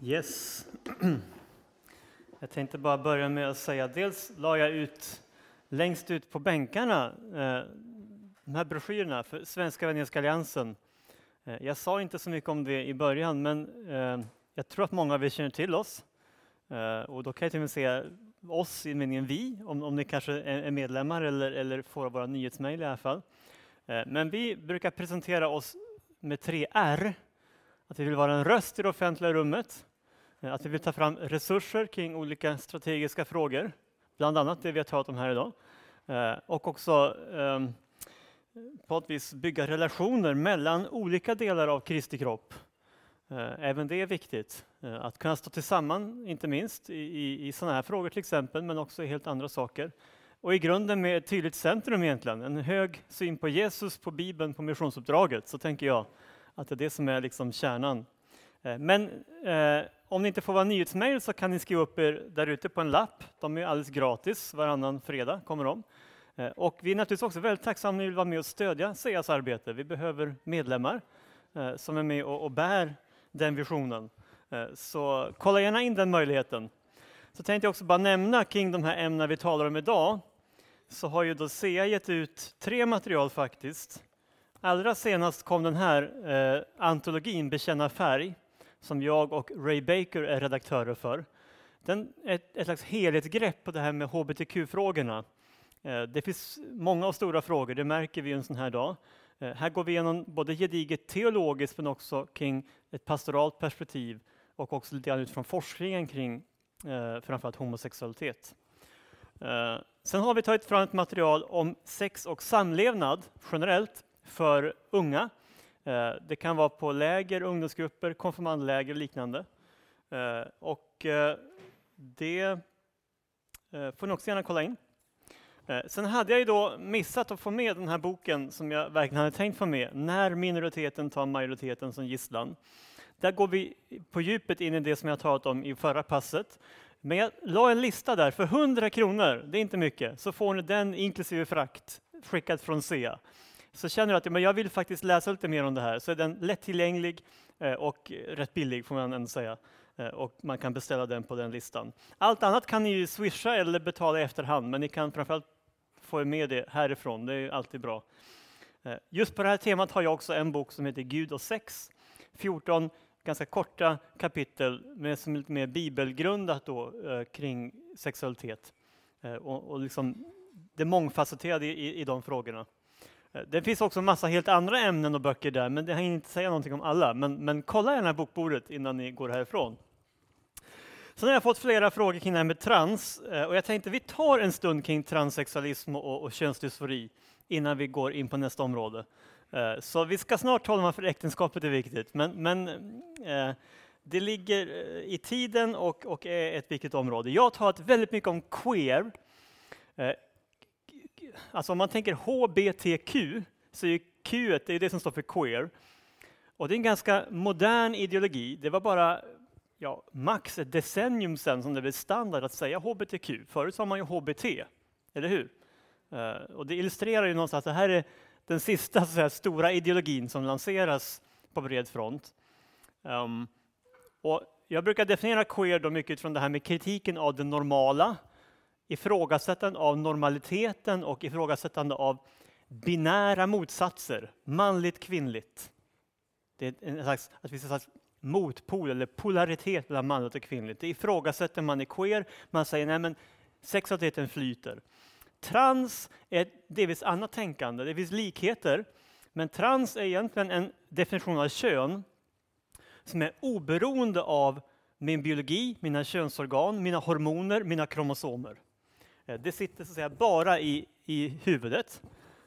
Yes. Jag tänkte bara börja med att säga, dels la jag ut längst ut på bänkarna de här broschyrerna för Svenska Evangeliska Alliansen. Jag sa inte så mycket om det i början, men jag tror att många av er känner till oss. Och då kan jag till och med säga oss i meningen vi, om ni kanske är medlemmar eller får våra nyhetsmejl i alla fall. Men vi brukar presentera oss med 3 R. Att vi vill vara en röst i det offentliga rummet. Att vi vill ta fram resurser kring olika strategiska frågor. Bland annat det vi har talat om här idag. Och också på ett vis bygga relationer mellan olika delar av Kristi kropp. Även det är viktigt. Att kunna stå tillsammans, inte minst i sådana här frågor till exempel, men också i helt andra saker. Och i grunden med ett tydligt centrum egentligen. En hög syn på Jesus, på Bibeln, på missionsuppdraget. Så tänker jag att det är det som är liksom kärnan. Men om ni inte får vara nyhetsmejl så kan ni skriva upp er där ute på en lapp. De är alldeles gratis, varannan fredag kommer de. Och vi är naturligtvis också väldigt tacksamma om ni vill vara med och stödja CEAs arbete. Vi behöver medlemmar som är med och bär den visionen. Så kolla gärna in den möjligheten. Så tänkte jag också bara nämna kring de här ämnena vi talar om idag. Så har ju då CEA gett ut 3 material faktiskt. Allra senast kom den här antologin Bekänna färg, som jag och Ray Baker är redaktörer för. Den är ett slags helhetsgrepp på det här med hbtq-frågorna. Det finns många och stora frågor, det märker vi en sån här dag. Här går vi igenom både gediget teologiskt men också kring ett pastoralt perspektiv och också lite grann utifrån forskningen kring framförallt homosexualitet. Sen har vi tagit fram ett material om sex och samlevnad generellt för unga. Det kan vara på läger, ungdomsgrupper, konfirmandläger och liknande. Och det får ni också gärna kolla in. Sen hade jag ju då missat att få med den här boken som jag verkligen hade tänkt få med. När minoriteten tar majoriteten som gisslan. Där går vi på djupet in i det som jag talat om i förra passet. Men jag la en lista där för 100 kronor, det är inte mycket. Så får ni den inklusive frakt skickad från CEA. Så känner du att men jag vill faktiskt läsa lite mer om det här. Så är den lättillgänglig och rätt billig får man ändå säga. Och man kan beställa den på den listan. Allt annat kan ni ju swisha eller betala i efterhand. Men ni kan framförallt få med det härifrån. Det är alltid bra. Just på det här temat har jag också en bok som heter Gud och sex. 14 ganska korta kapitel med som lite mer bibelgrundat då, kring sexualitet. Och liksom det mångfacetterade i de frågorna. Det finns också en massa helt andra ämnen och böcker där, men det har inte säga någonting om alla. Men kolla gärna bokbordet innan ni går härifrån. Sen har jag fått flera frågor kring det här med trans. Och jag tänkte vi tar en stund kring transsexualism och könsdysfori innan vi går in på nästa område. Så vi ska snart tala om varför äktenskapet är viktigt. Men det ligger i tiden och är ett viktigt område. Jag har talat väldigt mycket om queer. Alltså om man tänker HBTQ så är Q det är det som står för queer. Och det är en ganska modern ideologi. Det var bara max ett decennium sedan som det blev standard att säga HBTQ. Förut sa man ju HBT, eller hur? Och det illustrerar ju någonstans att det här är den sista så här, stora ideologin som lanseras på bred front. Och jag brukar definiera queer då mycket utifrån det här med kritiken av det normala, ifrågasättande av normaliteten och ifrågasättande av binära motsatser, manligt, kvinnligt. Det är en slags, att vi ska säga motpol eller polaritet mellan manligt och kvinnligt. Det ifrågasätter man i queer, man säger nej men sexualiteten flyter. Trans är ett delvis annat tänkande, det finns likheter, men trans är egentligen en definition av kön som är oberoende av min biologi, mina könsorgan, mina hormoner, mina kromosomer. Det sitter så att säga bara i huvudet.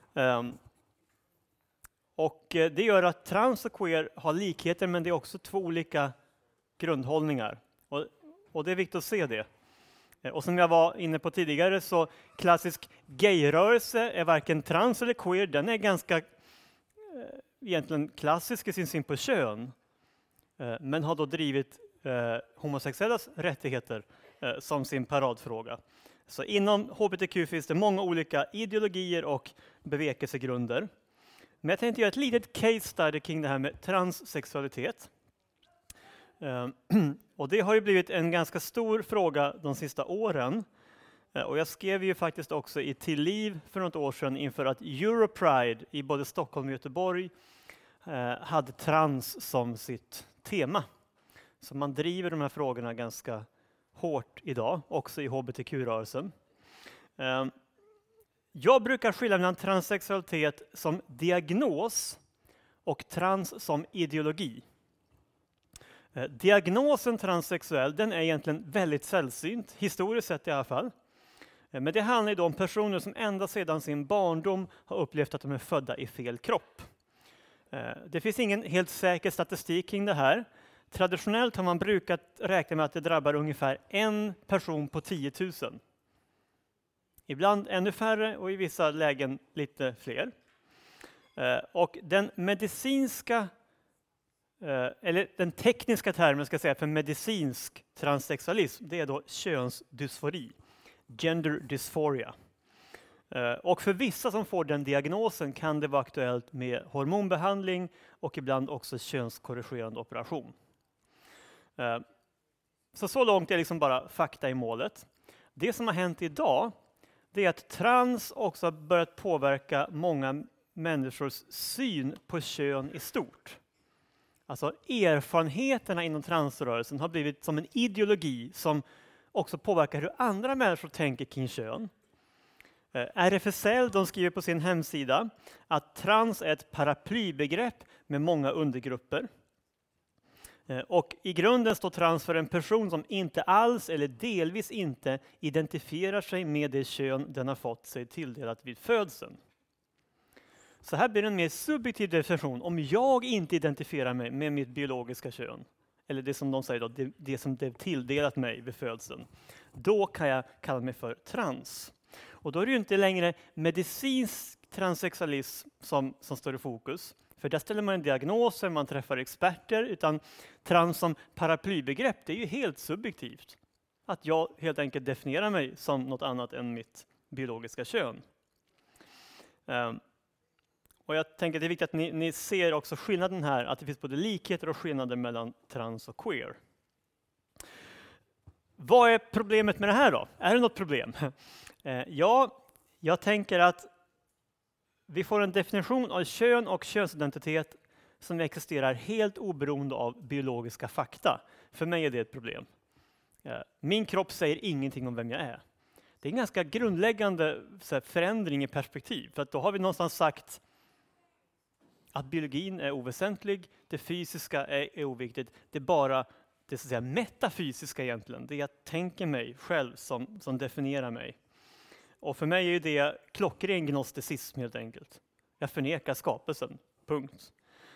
Och det gör att trans och queer har likheter, men det är också 2 olika grundhållningar. Och det är viktigt att se det. Och som jag var inne på tidigare så klassisk gayrörelse är varken trans eller queer. Den är ganska egentligen klassisk i sin syn på kön. Men har då drivit homosexuellas rättigheter som sin paradfråga. Så inom HBTQ finns det många olika ideologier och bevekelsegrunder. Men jag tänkte göra ett litet case study kring det här med transsexualitet. Och det har ju blivit en ganska stor fråga de sista åren. Och jag skrev ju faktiskt också i Till liv för något år sedan inför att Europride i både Stockholm och Göteborg hade trans som sitt tema. Så man driver de här frågorna ganska hårt idag, också i hbtq-rörelsen. Jag brukar skilja mellan transsexualitet som diagnos och trans som ideologi. Diagnosen transsexuell, den är egentligen väldigt sällsynt, historiskt sett i alla fall. Men det handlar ju om personer som ända sedan sin barndom har upplevt att de är födda i fel kropp. Det finns ingen helt säker statistik kring det här. Traditionellt har man brukat räkna med att det drabbar ungefär en person på 10 000. Ibland ännu färre och i vissa lägen lite fler. Och den medicinska, eller den tekniska termen ska jag säga för medicinsk transsexualism, det är då könsdysfori, gender dysphoria. Och för vissa som får den diagnosen kan det vara aktuellt med hormonbehandling och ibland också könskorrigerande operation. Så långt är liksom bara fakta i målet. Det som har hänt idag, det är att trans också har börjat påverka många människors syn på kön i stort. Alltså erfarenheterna inom transrörelsen har blivit som en ideologi som också påverkar hur andra människor tänker kring kön. RFSL, de skriver på sin hemsida att trans är ett paraplybegrepp med många undergrupper. Och i grunden står trans för en person som inte alls eller delvis inte identifierar sig med det kön den har fått sig tilldelat vid födseln. Så här blir det en mer subjektiv definition. Om jag inte identifierar mig med mitt biologiska kön, eller det som de säger då, det som det tilldelat mig vid födseln, då kan jag kalla mig för trans. Och då är det ju inte längre medicinsk transsexualism som står i fokus. För där ställer man en diagnoser, man träffar experter, utan trans som paraplybegrepp, det är ju helt subjektivt. Att jag helt enkelt definierar mig som något annat än mitt biologiska kön. Och jag tänker att det är viktigt att ni ser också skillnaden här, att det finns både likheter och skillnader mellan trans och queer. Vad är problemet med det här då? Är det något problem? Ja, jag tänker att vi får en definition av kön och könsidentitet som existerar helt oberoende av biologiska fakta. För mig är det ett problem. Min kropp säger ingenting om vem jag är. Det är en ganska grundläggande förändring i perspektiv. För att då har vi någonstans sagt att biologin är oväsentlig, det fysiska är oviktigt. Det är bara det så att säga metafysiska egentligen. Det jag tänker mig själv som definierar mig. Och för mig är det klockren gnosticism helt enkelt. Jag förnekar skapelsen, punkt.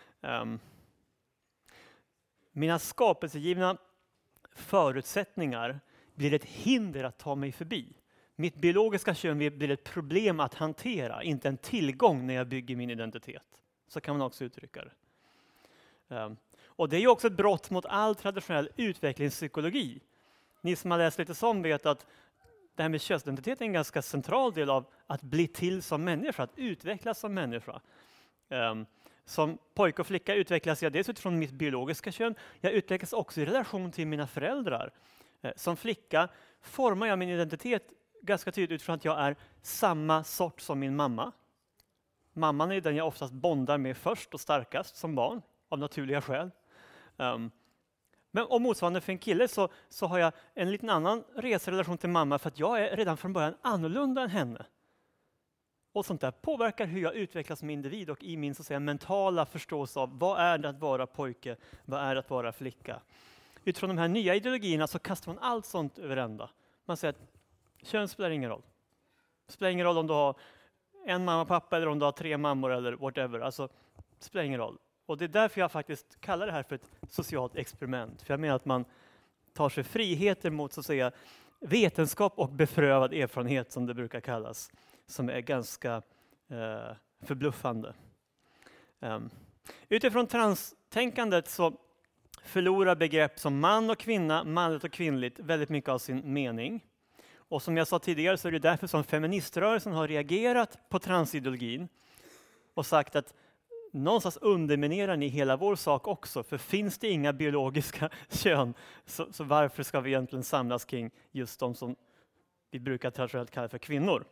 Mina skapelsegivna förutsättningar blir ett hinder att ta mig förbi. Mitt biologiska kön blir ett problem att hantera, inte en tillgång när jag bygger min identitet. Så kan man också uttrycka det. Och det är ju också ett brott mot all traditionell utvecklingspsykologi. Ni som har läst lite sånt vet att det här med könsidentitet är en ganska central del av att bli till som människa, att utvecklas som människa. Som pojke och flicka utvecklas jag dels utifrån mitt biologiska kön, jag utvecklas också i relation till mina föräldrar. Som flicka formar jag min identitet ganska tydligt utifrån att jag är samma sort som min mamma. Mamman är den jag oftast bondar med först och starkast som barn, av naturliga skäl. Men om motsvarande för en kille så har jag en liten annan reserelation till mamma för att jag är redan från början annorlunda än henne. Och sånt där påverkar hur jag utvecklas som individ och i min så att säga, mentala förståelse av vad är det att vara pojke, vad är det att vara flicka. Utifrån de här nya ideologierna så kastar man allt sånt över ända. Man säger att kön spelar ingen roll. Det spelar ingen roll om du har en mamma och pappa eller om du har 3 mammor eller whatever. Alltså, det spelar ingen roll. Och det är därför jag faktiskt kallar det här för ett socialt experiment. För jag menar att man tar sig friheter mot så att säga vetenskap och beprövad erfarenhet som det brukar kallas. Som är ganska förbluffande. Utifrån transtänkandet så förlorar begrepp som man och kvinna, manligt och kvinnligt väldigt mycket av sin mening. Och som jag sa tidigare så är det därför som feministrörelsen har reagerat på transideologin och sagt att någonstans underminerar ni hela vår sak också. För finns det inga biologiska kön, så varför ska vi egentligen samlas kring just de som vi brukar traditionellt kalla för kvinnor?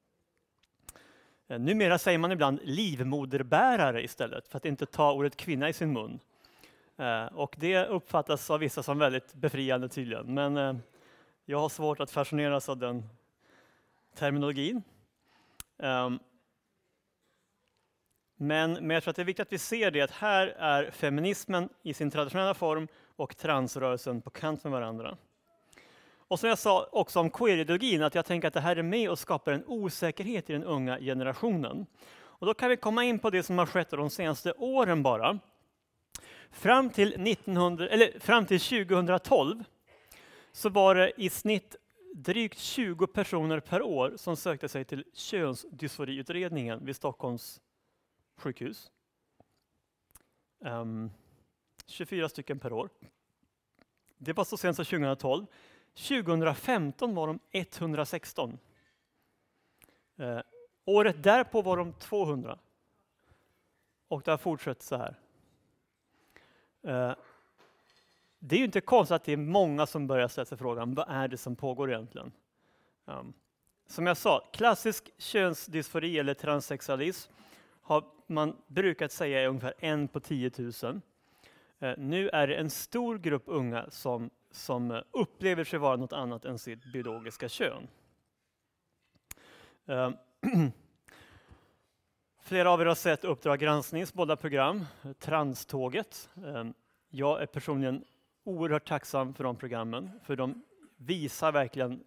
Numera säger man ibland livmoderbärare istället, för att inte ta ordet kvinna i sin mun. Och det uppfattas av vissa som väldigt befriande tydligen. Men jag har svårt att fascineras av den terminologin. Men jag tror att det är viktigt att vi ser det, att här är feminismen i sin traditionella form och transrörelsen på kant med varandra. Och som jag sa också om queer-ideologin, att jag tänker att det här är med och skapar en osäkerhet i den unga generationen. Och då kan vi komma in på det som har skett de senaste åren bara. Fram till 2012 så var det i snitt drygt 20 personer per år som sökte sig till könsdysforiutredningen vid Stockholms sjukhus. 24 stycken per år. Det var så sent som 2012. 2015 var de 116. Året därpå var de 200. Och det har fortsatt så här. Det är ju inte konstigt att det är många som börjar ställa sig frågan, vad är det som pågår egentligen? Som jag sa, klassisk könsdysfori eller transsexualism har man brukat säga är ungefär 1 på 10 000. Nu är det en stor grupp unga som upplever sig vara något annat än sitt biologiska kön. Flera av er har sett Uppdrag gransknings båda program, Tranståget. Jag är personligen oerhört tacksam för de programmen, för de visar verkligen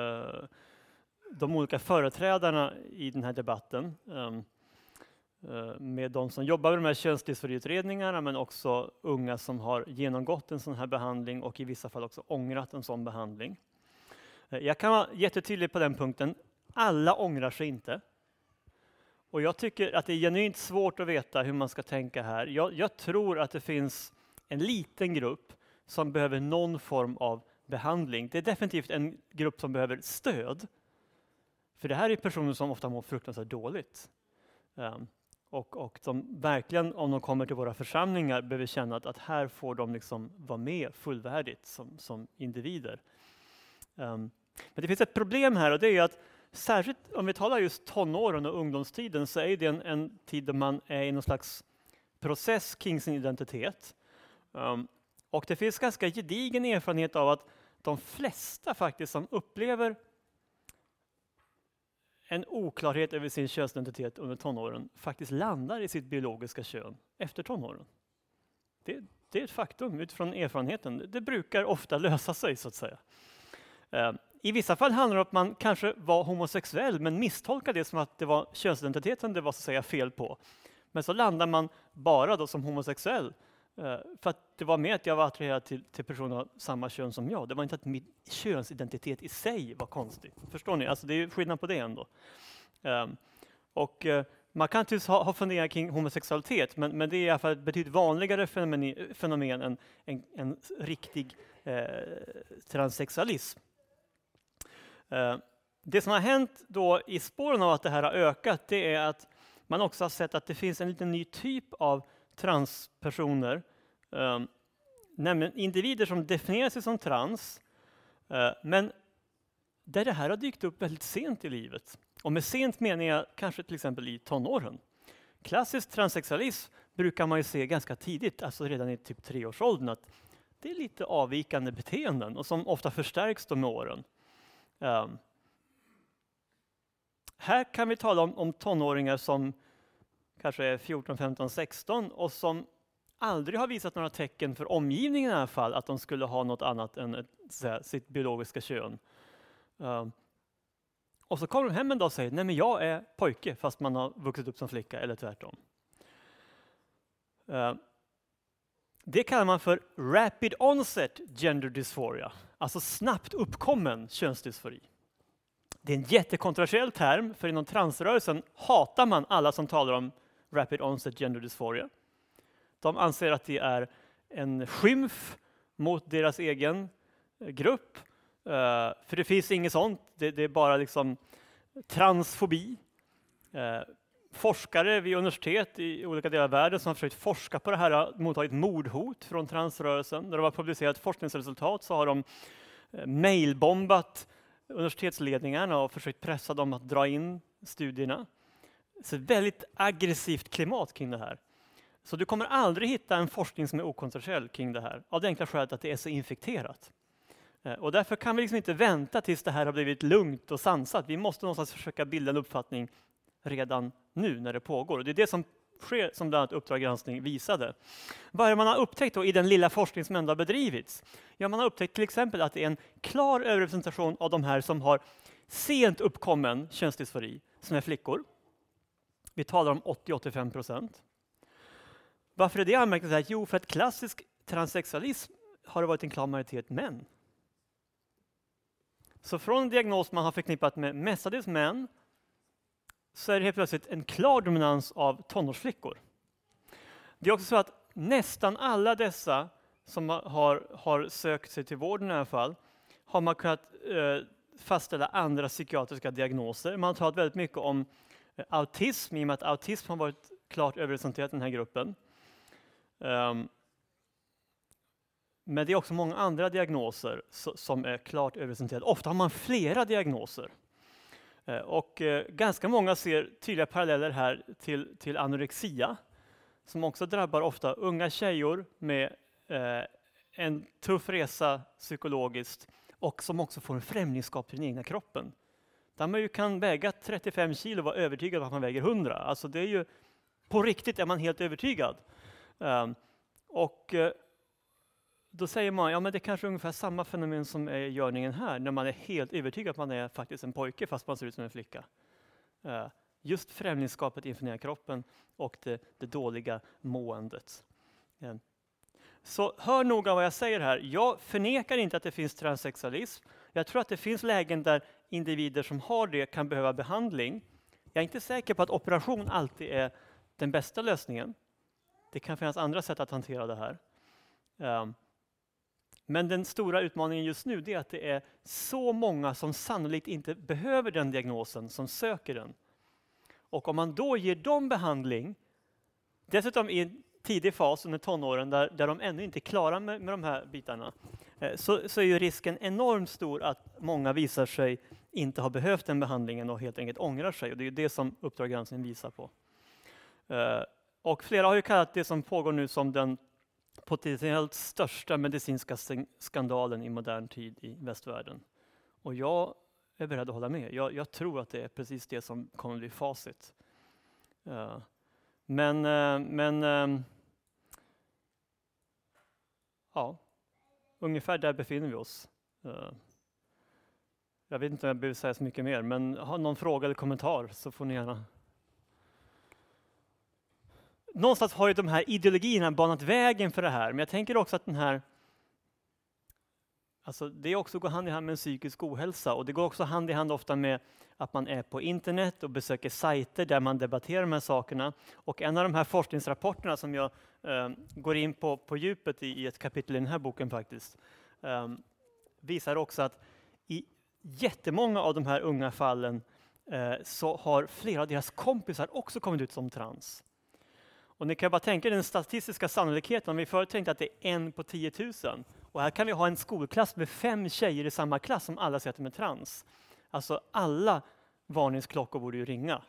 de olika företrädarna i den här debatten. Med de som jobbar med de här könsdysforiutredningarna, men också unga som har genomgått en sån här behandling och i vissa fall också ångrat en sån behandling. Jag kan vara jättetydlig på den punkten. Alla ångrar sig inte. Och jag tycker att det är genuint svårt att veta hur man ska tänka här. Jag tror att det finns en liten grupp som behöver någon form av behandling. Det är definitivt en grupp som behöver stöd. För det här är personer som ofta mår fruktansvärt dåligt. Och de verkligen, om de kommer till våra församlingar, behöver känna att här får de liksom vara med fullvärdigt som individer. Men det finns ett problem här, och det är att särskilt om vi talar just tonåren och ungdomstiden, så är det en tid där man är i någon slags process kring sin identitet. Och det finns ganska gedigen erfarenhet av att de flesta faktiskt som upplever en oklarhet över sin könsidentitet under tonåren faktiskt landar i sitt biologiska kön efter tonåren. Det är ett faktum utifrån erfarenheten. Det brukar ofta lösa sig, så att säga. I vissa fall handlar det om att man kanske var homosexuell men misstolkar det som att det var könsidentiteten det var så att säga fel på. Men så landar man bara då som homosexuell. För att det var mer att jag var attraherad till personer av samma kön som jag. Det var inte att min könsidentitet i sig var konstig. Förstår ni? Alltså det är skillnad på det ändå. Man kan naturligtvis ha funderingar kring homosexualitet, men det är i alla fall ett betydligt vanligare fenomen än en riktig transsexualism. Det som har hänt då i spåren av att det här har ökat, det är att man också har sett att det finns en liten ny typ av transpersoner, nämligen individer som definierar sig som trans, men där det här har dykt upp väldigt sent i livet. Och med sent menar jag kanske till exempel i tonåren. Klassisk transsexualism brukar man ju se ganska tidigt, alltså redan i typ 3-årsåldern, att det är lite avvikande beteenden och som ofta förstärks då med åren. Här kan vi tala om tonåringar som kanske är 14, 15, 16 och som aldrig har visat några tecken för omgivningen i alla fall att de skulle ha något annat än sitt biologiska kön. Och så kommer de hem en dag och säger, nej men jag är pojke fast man har vuxit upp som flicka eller tvärtom. Det kallar man för rapid onset gender dysphoria, alltså snabbt uppkommen könsdysfori. Det är en jättekontroversiell term, för inom transrörelsen hatar man alla som talar om rapid onset gender dysphoria. De anser att det är en skymf mot deras egen grupp, för det finns inget sånt, det är bara liksom transfobi. forskare vid universitet i olika delar av världen som har försökt forska på det här har mottagit mordhot från transrörelsen. När de har publicerat forskningsresultat så har de mailbombat universitetsledningarna och försökt pressa dem att dra in studierna. Så ett väldigt aggressivt klimat kring det här. Så du kommer aldrig hitta en forskning som är okontroversiell kring det här, av det enkla skälet att det är så infekterat. Och därför kan vi liksom inte vänta tills det här har blivit lugnt och sansat. Vi måste någonstans försöka bilda en uppfattning redan nu när det pågår. Och det är det som sker, som bland annat Uppdrag granskning visade. Vad är det man har upptäckt då i den lilla forskning som ändå har bedrivits? Ja, man har upptäckt till exempel att det är en klar överrepresentation av de här som har sent uppkommen könsdysfori, som är flickor. Vi talar om 80-85%. Varför är det anmärkningsvärt? Jo, för att klassisk transsexualism har det varit en klar majoritet män. Så från en diagnos man har förknippat med mestadels män så är det helt plötsligt en klar dominans av tonårsflickor. Det är också så att nästan alla dessa som har sökt sig till vården i alla fall har man kunnat fastställa andra psykiatriska diagnoser. Man har talat väldigt mycket om autism i och med att autism har varit klart överrepresenterat i den här gruppen. Men det är också många andra diagnoser som är klart överrepresenterade. Ofta har man flera diagnoser. Och ganska många ser tydliga paralleller här till anorexia, som också drabbar ofta unga tjejor med en tuff resa psykologiskt och som också får en främlingskap i den egna kroppen. Där man ju kan väga 35 kilo och vara övertygad om att man väger 100. Alltså det är ju, på riktigt är man helt övertygad. Då säger man, ja men det är kanske ungefär samma fenomen som är görningen här, när man är helt övertygad att man är faktiskt en pojke fast man ser ut som en flicka. Just främlingskapet inför den egna kroppen och det dåliga måendet. Så hör noga vad jag säger här. Jag förnekar inte att det finns transsexualism. Jag tror att det finns lägen där individer som har det kan behöva behandling. Jag är inte säker på att operation alltid är den bästa lösningen. Det kan finnas andra sätt att hantera det här. Men den stora utmaningen just nu är att det är så många som sannolikt inte behöver den diagnosen som söker den. Och om man då ger dem behandling, dessutom i en tidig fas under tonåren där de ännu inte är klara med de här bitarna, så är ju risken enormt stor att många visar sig inte ha behövt den behandlingen och helt enkelt ångrar sig. Och det är det som Uppdrag granskning visar på. Och flera har ju kallat det som pågår nu som den potentiellt största medicinska skandalen i modern tid i västvärlden. Och jag är beredd att hålla med. Jag tror att det är precis det som kommer att bli facit. Ja, ungefär där befinner vi oss. Jag vet inte om jag behöver säga så mycket mer, men har någon fråga eller kommentar så får ni gärna. Någonstans har ju de här ideologierna banat vägen för det här, men jag tänker också att den här, alltså det också går hand i hand med en psykisk ohälsa, och det går också hand i hand ofta med att man är på internet och besöker sajter där man debatterar de här sakerna. Och en av de här forskningsrapporterna som jag går in på djupet i ett kapitel i den här boken faktiskt, visar också att i jättemånga av de här unga fallen så har flera av deras kompisar också kommit ut som trans. Och ni kan bara tänka den statistiska sannolikheten, om vi förut tänkte att det är 1 på 10 000. Och här kan vi ha en skolklass med 5 tjejer i samma klass som alla säger att de är trans. Alltså alla varningsklockor borde ju ringa.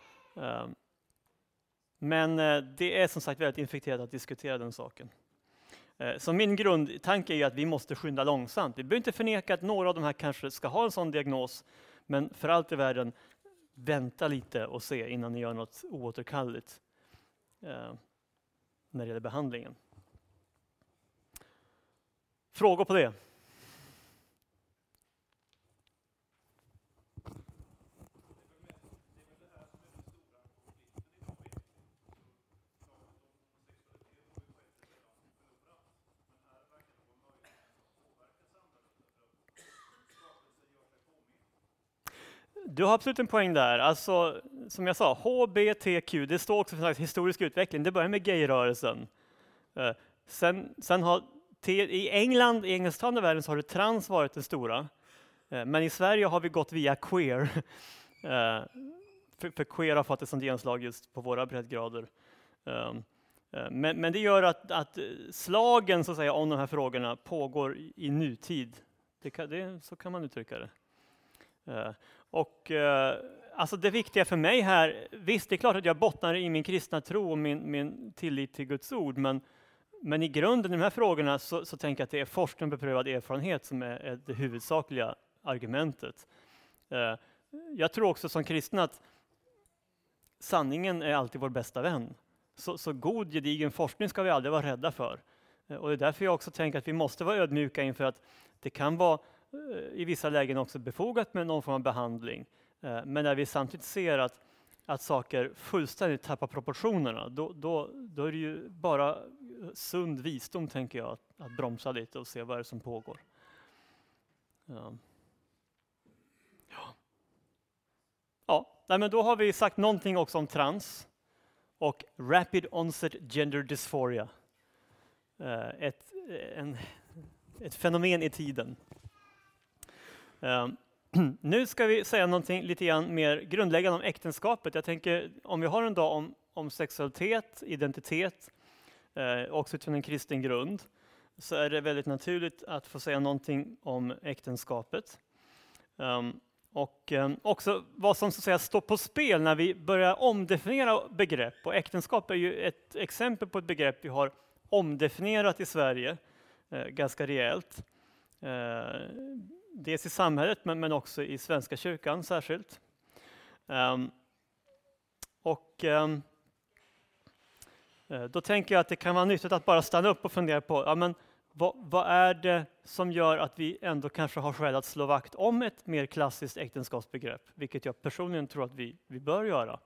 Men det är som sagt väldigt infekterat att diskutera den saken. Så min grundtanke är att vi måste skynda långsamt. Vi behöver inte förneka att några av de här kanske ska ha en sån diagnos. Men för allt i världen, vänta lite och se innan ni gör något oåterkalleligt när det gäller behandlingen. Frågor på det? Du har absolut en poäng där. Alltså, som jag sa, HBTQ, det står också för en historisk utveckling. Det börjar med gayrörelsen. Sen har i England, i engelsktalande världen, så har det trans varit det stora. Men i Sverige har vi gått via queer. för queer har fått ett sånt genomslag just på våra breddgrader. Men det gör att slagen så att säga, om de här frågorna pågår i nutid. Så kan man uttrycka det. Alltså det viktiga för mig här, visst det är klart att jag bottnar i min kristna tro och min tillit till Guds ord, men i grunden i de här frågorna så tänker jag att det är forskning och beprövad erfarenhet som är det huvudsakliga argumentet. Jag tror också som kristen att sanningen är alltid vår bästa vän. Så god gedigen forskning ska vi aldrig vara rädda för. Och det är därför jag också tänker att vi måste vara ödmjuka inför att det kan vara i vissa lägen också befogat med någon form av behandling. Men när vi samtidigt ser att saker fullständigt tappar proportionerna, då är det ju bara sund visdom, tänker jag, att bromsa lite och se vad det är som pågår. Men då har vi sagt någonting också om trans och rapid onset gender dysphoria. Ett fenomen i tiden. Nu ska vi säga någonting lite grann mer grundläggande om äktenskapet. Jag tänker, om vi har en dag om sexualitet, identitet, också utifrån en kristen grund, så är det väldigt naturligt att få säga någonting om äktenskapet. Och också vad som så att säga står på spel när vi börjar omdefiniera begrepp. Och äktenskap är ju ett exempel på ett begrepp vi har omdefinierat i Sverige ganska rejält. Dels i samhället men också i Svenska kyrkan särskilt. Då tänker jag att det kan vara nyttigt att bara stanna upp och fundera på vad är det som gör att vi ändå kanske har skäl att slå vakt om ett mer klassiskt äktenskapsbegrepp, vilket jag personligen tror att vi bör göra.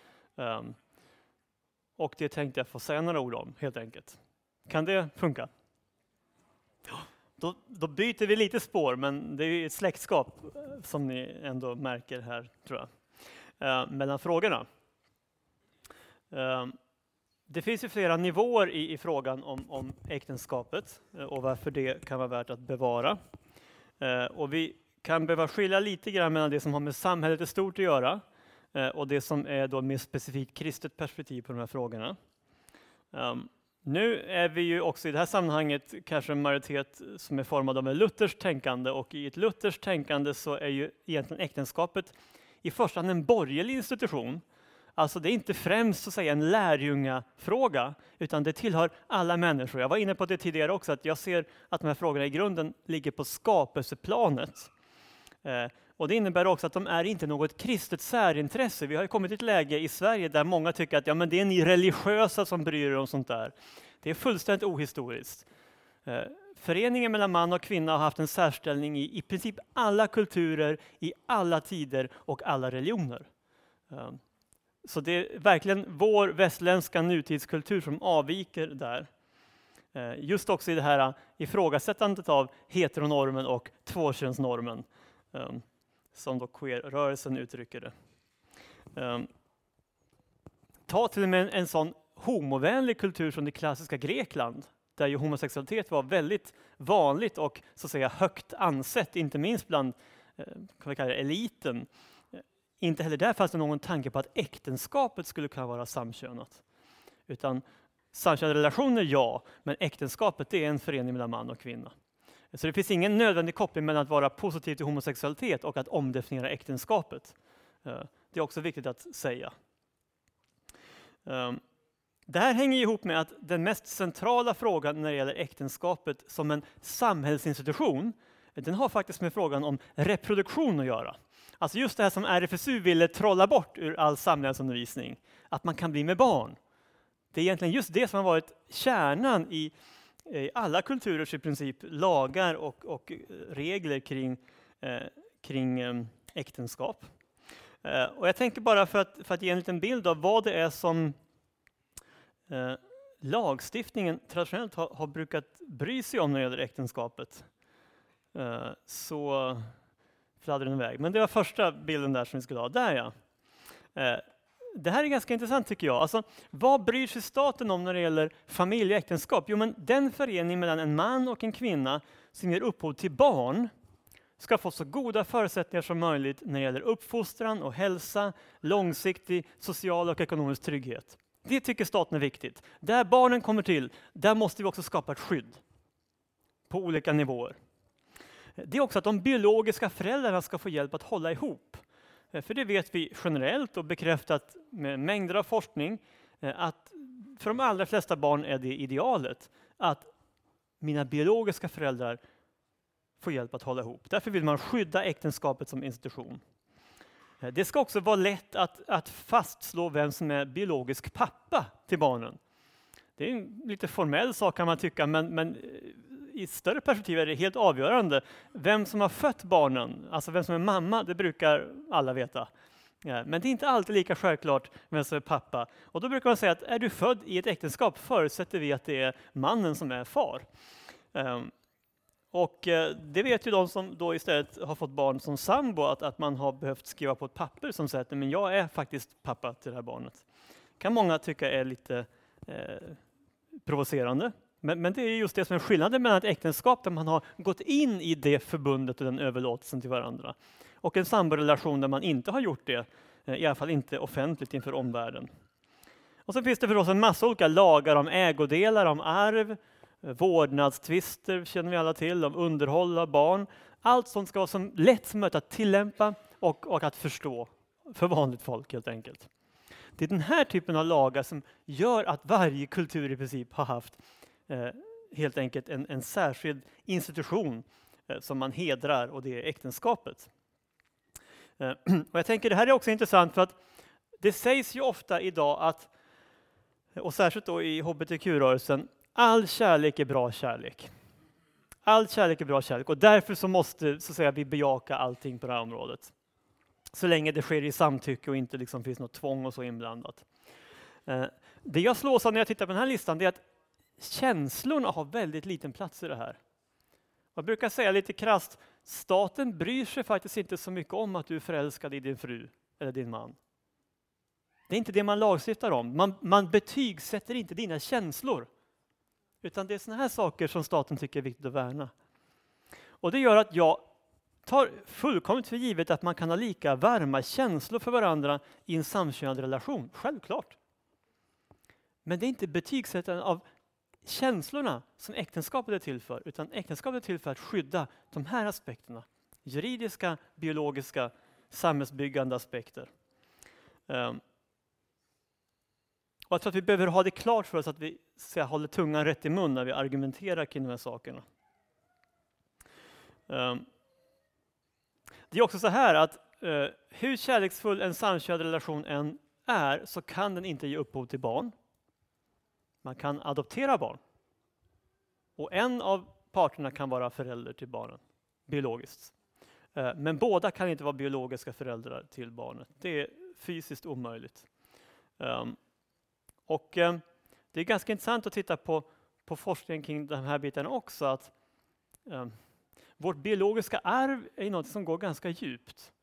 Och det tänkte jag få säga några ord om, helt enkelt. Kan det funka? Då byter vi lite spår, men det är ju ett släktskap som ni ändå märker här, tror jag, mellan frågorna. Det finns ju flera nivåer i frågan om äktenskapet och varför det kan vara värt att bevara. Och vi kan behöva skilja lite grann mellan det som har med samhället i stort att göra och det som är då mer specifikt kristet perspektiv på de här frågorna. Nu är vi ju också i det här sammanhanget kanske en majoritet som är formad av en lutherskt tänkande, och i ett lutherskt tänkande så är ju egentligen äktenskapet i första hand en borgerlig institution. Alltså det är inte främst så att säga en lärjungafråga, utan det tillhör alla människor. Jag var inne på det tidigare också, att jag ser att de här frågorna i grunden ligger på skapelseplanet. Och det innebär också att de är inte något kristet särintresse. Vi har kommit till ett läge i Sverige där många tycker att det är ni religiösa som bryr er om sånt där. Det är fullständigt ohistoriskt. Föreningen mellan man och kvinna har haft en särställning i princip alla kulturer, i alla tider och alla religioner. Så det är verkligen vår västländska nutidskultur som avviker där. Just också i det här ifrågasättandet av heteronormen och tvåkönsnormen. Som då queer-rörelsen uttrycker det. Ta till och med en sån homovänlig kultur som det klassiska Grekland, där ju homosexualitet var väldigt vanligt och så att säga högt ansett, inte minst bland kan vi kalla det, eliten. Inte heller där fanns det någon tanke på att äktenskapet skulle kunna vara samkönat. Utan samkönade relationer, ja, men äktenskapet, det är en förening mellan man och kvinna. Så det finns ingen nödvändig koppling mellan att vara positiv till homosexualitet och att omdefiniera äktenskapet. Det är också viktigt att säga. Det här hänger ihop med att den mest centrala frågan när det gäller äktenskapet som en samhällsinstitution, den har faktiskt med frågan om reproduktion att göra. Alltså just det här som RFSU ville trolla bort ur all samlevnadsundervisning, att man kan bli med barn. Det är egentligen just det som har varit kärnan i alla kulturers i princip lagar och regler kring äktenskap. Och jag tänker bara för att ge en liten bild av vad det är som lagstiftningen traditionellt har brukat bry sig om när det gäller äktenskapet. Så fladdrar den iväg. Men det var första bilden där som vi skulle ha. Där ja. Det här är ganska intressant tycker jag. Alltså, vad bryr sig staten om när det gäller familj och äktenskap? Jo, men den förening mellan en man och en kvinna som ger upphov till barn ska få så goda förutsättningar som möjligt när det gäller uppfostran och hälsa, långsiktig social och ekonomisk trygghet. Det tycker staten är viktigt. Där barnen kommer till, där måste vi också skapa ett skydd på olika nivåer. Det är också att de biologiska föräldrarna ska få hjälp att hålla ihop. För det vet vi generellt och bekräftat med mängder av forskning att för de allra flesta barn är det idealet att mina biologiska föräldrar får hjälp att hålla ihop. Därför vill man skydda äktenskapet som institution. Det ska också vara lätt att fastslå vem som är biologisk pappa till barnen. Det är en lite formell sak kan man tycka, men i större perspektiv är det helt avgörande. Vem som har fött barnen, alltså vem som är mamma, det brukar alla veta. Men det är inte alltid lika självklart vem som är pappa. Och då brukar man säga att är du född i ett äktenskap förutsätter vi att det är mannen som är far. Och det vet ju de som då istället har fått barn som sambo att man har behövt skriva på ett papper som säger att men jag är faktiskt pappa till det här barnet. Kan många tycka är lite provocerande. Men det är just det som är skillnaden mellan ett äktenskap där man har gått in i det förbundet och den överlåtelsen till varandra. Och en samborelation där man inte har gjort det, i alla fall inte offentligt inför omvärlden. Och så finns det förstås en massa olika lagar om ägodelar, om arv, vårdnadstvister känner vi alla till, om underhåll av barn. Allt sånt ska vara så lätt som möjligt att tillämpa och att förstå för vanligt folk helt enkelt. Det är den här typen av lagar som gör att varje kultur i princip har haft helt enkelt en särskild institution som man hedrar, och det är äktenskapet. Och jag tänker det här är också intressant för att det sägs ju ofta idag att, och särskilt då i hbtq-rörelsen, all kärlek är bra kärlek. All kärlek är bra kärlek och därför så måste så att säga, vi bejaka allting på det här området. Så länge det sker i samtycke och inte liksom finns något tvång och så inblandat. Det jag slås av när jag tittar på den här listan är att känslorna har väldigt liten plats i det här. Jag brukar säga lite krasst, staten bryr sig faktiskt inte så mycket om att du är förälskad i din fru eller din man. Det är inte det man lagstiftar om. Man betygsätter inte dina känslor. Utan det är såna här saker som staten tycker är viktigt att värna. Och det gör att jag tar fullkomligt för givet att man kan ha lika varma känslor för varandra i en samkönad relation. Självklart. Men det är inte betygsättande av känslorna som äktenskapet är till för, utan äktenskapet är till för att skydda de här aspekterna. Juridiska, biologiska, samhällsbyggande aspekter. Och jag tror att vi behöver ha det klart för oss att vi håller tungan rätt i mun när vi argumenterar kring de här sakerna. Det är också så här att hur kärleksfull en samkönad relation än är så kan den inte ge upphov till barn. Man kan adoptera barn. Och en av parterna kan vara förälder till barnen, biologiskt. Men båda kan inte vara biologiska föräldrar till barnet. Det är fysiskt omöjligt. Och det är ganska intressant att titta på forskningen kring de här bitarna också. Att vårt biologiska arv är något som går ganska djupt.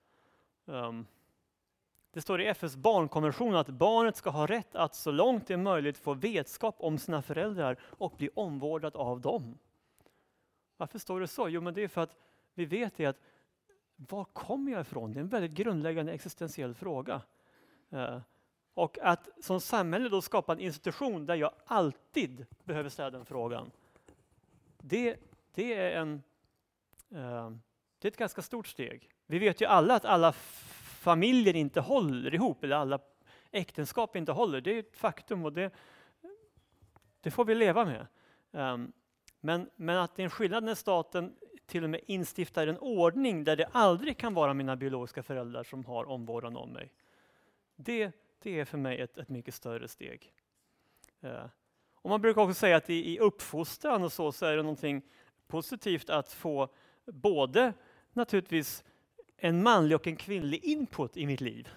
Det står i FN:s barnkonvention att barnet ska ha rätt att så långt det är möjligt få vetskap om sina föräldrar och bli omvårdad av dem. Varför står det så? Jo, men det är för att vi vet det att var kommer jag ifrån? Det är en väldigt grundläggande existentiell fråga. Och att som samhälle då skapa en institution där jag alltid behöver ställa den frågan. Det är ett ganska stort steg. Vi vet ju alla att alla familjer inte håller ihop, eller alla äktenskap inte håller. Det är ett faktum och det får vi leva med. Men att det är en skillnad när staten till och med instiftar en ordning där det aldrig kan vara mina biologiska föräldrar som har omvårdnad om mig. Det är för mig ett mycket större steg. Och man brukar också säga att i uppfostran och så är det någonting positivt att få både naturligtvis en manlig och en kvinnlig input i mitt liv.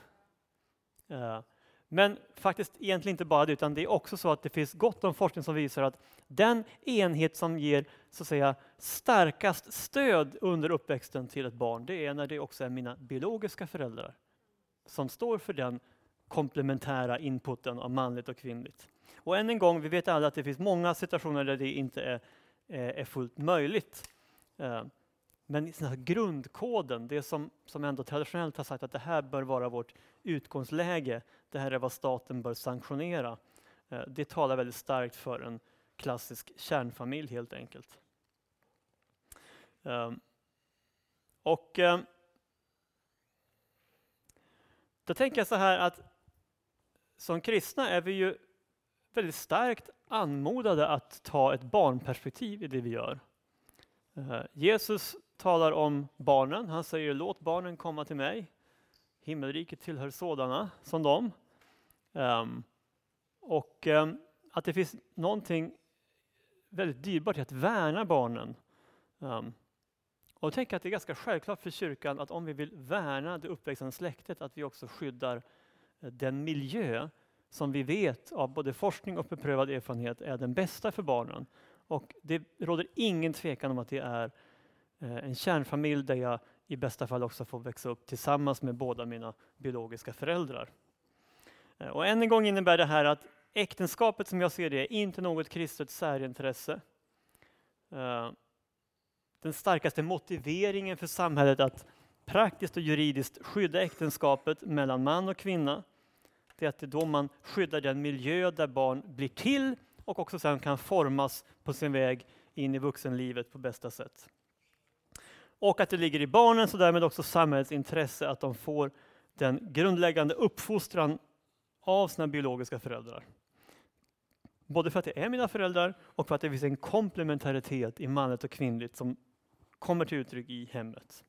Men faktiskt egentligen inte bara det, utan det är också så att det finns gott om forskning som visar att den enhet som ger så att säga starkast stöd under uppväxten till ett barn, det är när det också är mina biologiska föräldrar som står för den komplementära inputen av manligt och kvinnligt. Och än en gång, vi vet alla att det finns många situationer där det inte är fullt möjligt. Men i grundkoden, det som ändå traditionellt har sagt att det här bör vara vårt utgångsläge, det här är vad staten bör sanktionera. Det talar väldigt starkt för en klassisk kärnfamilj helt enkelt. Då tänker jag så här att som kristna är vi ju väldigt starkt anmodade att ta ett barnperspektiv i det vi gör. Jesus talar om barnen. Han säger låt barnen komma till mig. Himmelriket tillhör sådana som dem. Att det finns någonting väldigt dyrbart i att värna barnen. Och jag tänker att det är ganska självklart för kyrkan att om vi vill värna det uppväxande släktet att vi också skyddar den miljö som vi vet av både forskning och beprövad erfarenhet är den bästa för barnen. Och det råder ingen tvekan om att det är en kärnfamilj där jag i bästa fall också får växa upp tillsammans med båda mina biologiska föräldrar. Och än en gång innebär det här att äktenskapet som jag ser det är inte något kristet särintresse. Den starkaste motiveringen för samhället att praktiskt och juridiskt skydda äktenskapet mellan man och kvinna, det är att det är då man skyddar den miljö där barn blir till och också sedan kan formas på sin väg in i vuxenlivet på bästa sätt. Och att det ligger i barnens och därmed också samhällets intresse att de får den grundläggande uppfostran av sina biologiska föräldrar. Både för att det är mina föräldrar och för att det finns en komplementaritet i manligt och kvinnligt som kommer till uttryck i hemmet.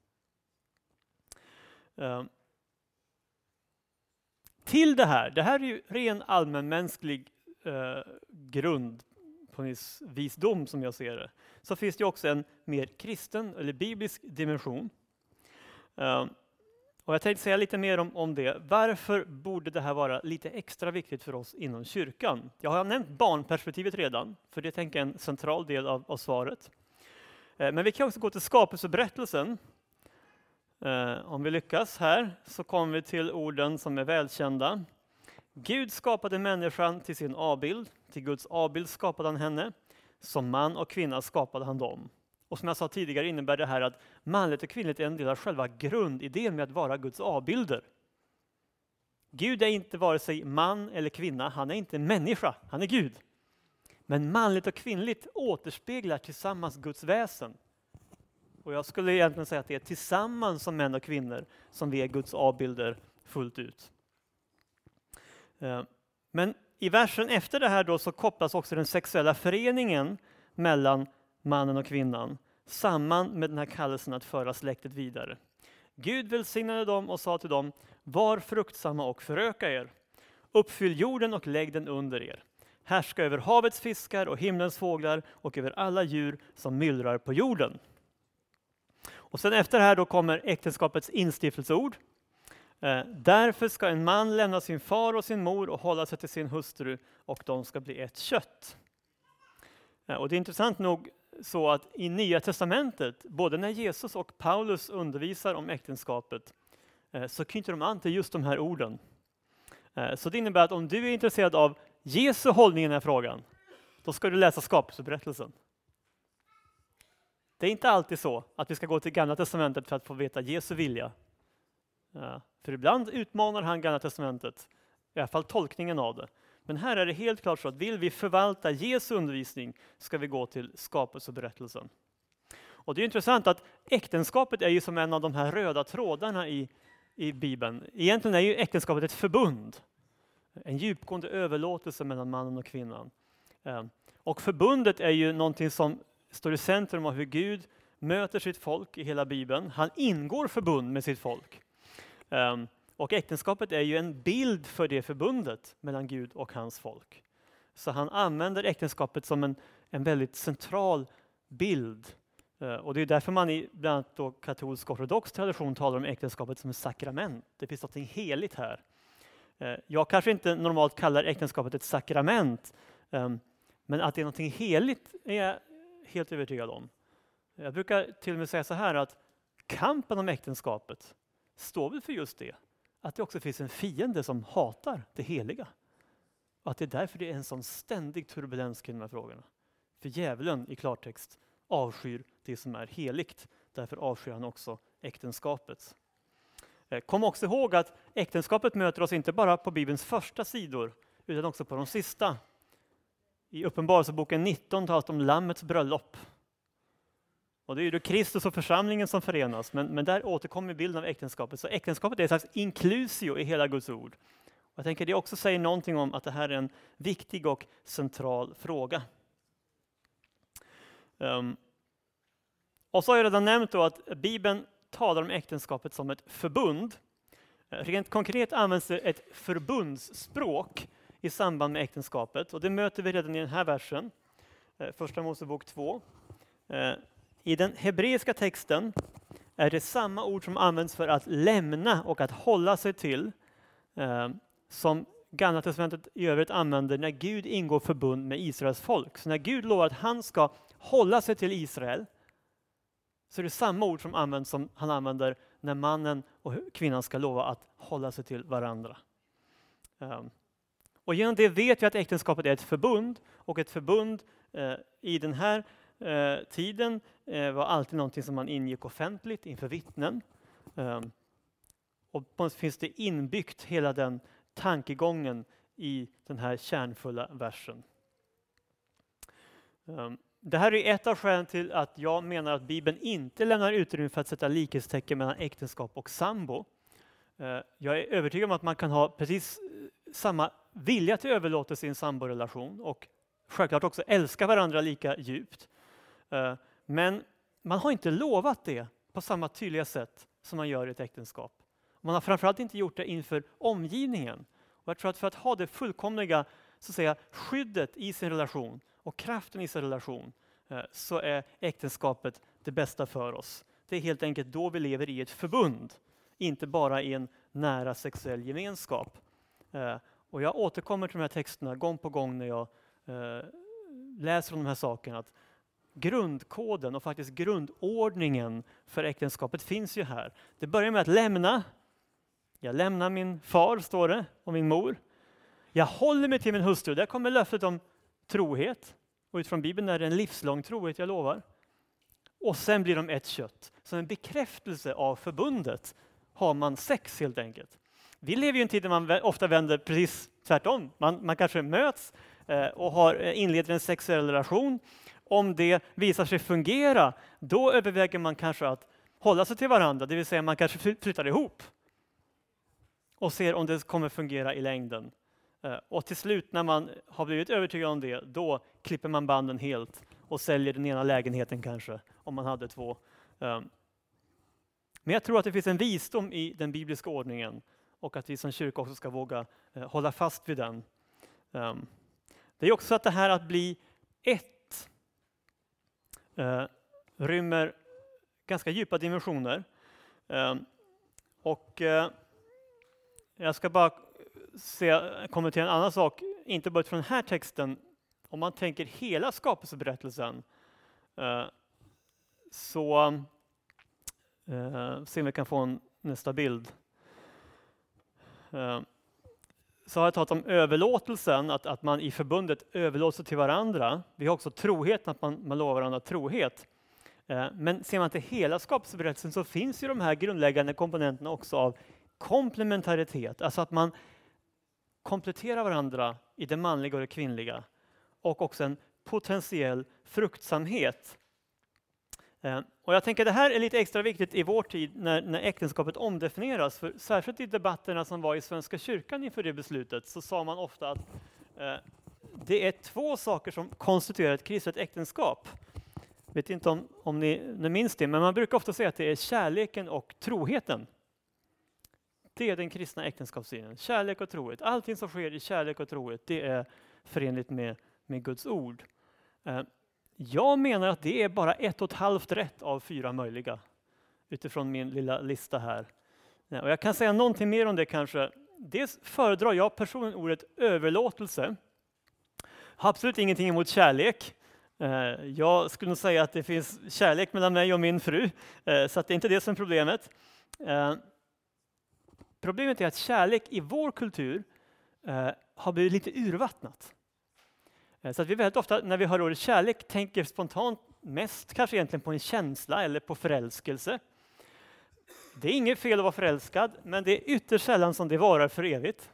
Till det här är ju ren allmänmänsklig grund på visdom som jag ser det. Så finns det också en mer kristen eller biblisk dimension. Och jag tänkte säga lite mer om det. Varför borde det här vara lite extra viktigt för oss inom kyrkan? Jag har nämnt barnperspektivet redan, för det tänker jag är en central del av svaret. Men vi kan också gå till skapelseberättelsen. Om vi lyckas här så kommer vi till orden som är välkända. Gud skapade människan till sin avbild. Till Guds avbild skapade han henne. Som man och kvinna skapade han dem. Och som jag sa tidigare innebär det här att manligt och kvinnligt är en del av själva grundidén med att vara Guds avbilder. Gud är inte vare sig man eller kvinna, han är inte människa, han är Gud. Men manligt och kvinnligt återspeglar tillsammans Guds väsen. Och jag skulle egentligen säga att det är tillsammans som män och kvinnor som vi är Guds avbilder fullt ut. Men i versen efter det här då så kopplas också den sexuella föreningen mellan mannen och kvinnan samman med den här kallelsen att föra släktet vidare. Gud välsignade dem och sa till dem: var fruktsamma och föröka er. Uppfyll jorden och lägg den under er. Härska över havets fiskar och himlens fåglar och över alla djur som myllrar på jorden. Och sen efter det här då kommer äktenskapets instiftelseord. Därför ska en man lämna sin far och sin mor och hålla sig till sin hustru och de ska bli ett kött. Och det är intressant nog så att i Nya testamentet, både när Jesus och Paulus undervisar om äktenskapet, så knyter de an till just de här orden. Så det innebär att om du är intresserad av Jesu hållning i den här frågan, då ska du läsa skapelseberättelsen. Det är inte alltid så att vi ska gå till Gamla testamentet för att få veta Jesu vilja. För ibland utmanar han Gamla testamentet, i alla fall tolkningen av det. Men här är det helt klart så att vill vi förvalta Jesu undervisning ska vi gå till skapelseberättelsen. Och det är intressant att äktenskapet är ju som en av de här röda trådarna i Bibeln. Egentligen är ju äktenskapet ett förbund. En djupgående överlåtelse mellan mannen och kvinnan. Och förbundet är ju någonting som står i centrum av hur Gud möter sitt folk i hela Bibeln. Han ingår förbund med sitt folk. Och äktenskapet är ju en bild för det förbundet mellan Gud och hans folk. Så han använder äktenskapet som en väldigt central bild. Och det är därför man i bland annat då katolsk ortodox tradition talar om äktenskapet som ett sakrament. Det finns något heligt här. Jag kanske inte normalt kallar äktenskapet ett sakrament. Men att det är något heligt är jag helt övertygad om. Jag brukar till och med säga så här att kampen om äktenskapet står väl för just det. Att det också finns en fiende som hatar det heliga. Och att det är därför det är en sån ständig turbulens kring de här frågorna. För djävulen i klartext avskyr det som är heligt. Därför avskyr han också äktenskapet. Kom också ihåg att äktenskapet möter oss inte bara på Bibelns första sidor, utan också på de sista. I Uppenbarelseboken 19 talas om Lammets bröllop. Och det är ju då Kristus och församlingen som förenas, men där återkommer bilden av äktenskapet. Så äktenskapet är ett slags inklusio i hela Guds ord. Och jag tänker det också säger någonting om att det här är en viktig och central fråga. Och så har jag redan nämnt då att Bibeln talar om äktenskapet som ett förbund. Rent konkret används det ett förbundsspråk i samband med äktenskapet. Och det möter vi redan i den här versen, Första Mosebok 2. I den hebreiska texten är det samma ord som används för att lämna och att hålla sig till, som Gamla testamentet i övrigt använder när Gud ingår förbund med Israels folk. Så när Gud lovar att han ska hålla sig till Israel, så är det samma ord som används som han använder när mannen och kvinnan ska lova att hålla sig till varandra. Och genom det vet vi att äktenskapet är ett förbund, och ett förbund i den här tiden var alltid någonting som man ingick offentligt inför vittnen. Och finns det inbyggt hela den tankegången i den här kärnfulla versen. Det här är ett av skälen till att jag menar att Bibeln inte lämnar utrymme för att sätta likhetstecken mellan äktenskap och sambo. Jag är övertygad om att man kan ha precis samma vilja till överlåtelse i en samborelation och självklart också älska varandra lika djupt. Men man har inte lovat det på samma tydliga sätt som man gör i ett äktenskap. Man har framförallt inte gjort det inför omgivningen. Och jag tror att för att ha det fullkomliga, så att säga, skyddet i sin relation och kraften i sin relation, så är äktenskapet det bästa för oss. Det är helt enkelt då vi lever i ett förbund, inte bara i en nära sexuell gemenskap. Och jag återkommer till de här texterna gång på gång när jag läser om de här sakerna. Att grundkoden och faktiskt grundordningen för äktenskapet finns ju här. Det börjar med att lämna. Jag lämnar min far, står det, och min mor. Jag håller mig till min hustru. Där kommer löftet om trohet. Och utifrån Bibeln är det en livslång trohet, jag lovar. Och sen blir de ett kött. Som en bekräftelse av förbundet har man sex helt enkelt. Vi lever ju i en tid där man ofta vänder precis tvärtom. Man kanske möts och inleder en sexuell relation. Om det visar sig fungera, då överväger man kanske att hålla sig till varandra. Det vill säga man kanske flyttar ihop. Och ser om det kommer fungera i längden. Och till slut när man har blivit övertygad om det, då klipper man banden helt och säljer den ena lägenheten kanske, om man hade två. Men jag tror att det finns en visdom i den bibliska ordningen och att vi som kyrka också ska våga hålla fast vid den. Det är också så att det här att bli ett rymmer ganska djupa dimensioner. Och jag ska bara kommentera en annan sak, inte bara från den här texten. Om man tänker hela skapelseberättelsen, så se om vi kan få nästa bild. Så har jag talat om överlåtelsen, att man i förbundet överlåter till varandra. Vi har också troheten, att man lovar varandra trohet. Men ser man till hela skapelseberättelsen så finns ju de här grundläggande komponenterna också av komplementaritet. Alltså att man kompletterar varandra i det manliga och det kvinnliga. Och också en potentiell fruktsamhet. Och jag tänker att det här är lite extra viktigt i vår tid när äktenskapet omdefinieras. För särskilt i debatterna som var i Svenska kyrkan inför det beslutet så sa man ofta att det är två saker som konstituerar ett kristet äktenskap. Jag vet inte om ni minns det, men man brukar ofta säga att det är kärleken och troheten. Det är den kristna äktenskapssynen. Kärlek och trohet. Allting som sker i kärlek och trohet, det är förenligt med Guds ord. Jag menar att det är bara 1,5 rätt av 4 möjliga. Utifrån min lilla lista här. Och jag kan säga någonting mer om det kanske. Dels föredrar jag personligen ordet överlåtelse. Har absolut ingenting emot kärlek. Jag skulle nog säga att det finns kärlek mellan mig och min fru. Så att det är inte det som är problemet. Problemet är att kärlek i vår kultur har blivit lite urvattnat. Så att vi väldigt ofta när vi hör ordet kärlek tänker spontant mest kanske egentligen på en känsla eller på förälskelse. Det är inget fel att vara förälskad, men det är ytterst sällan som det varar för evigt.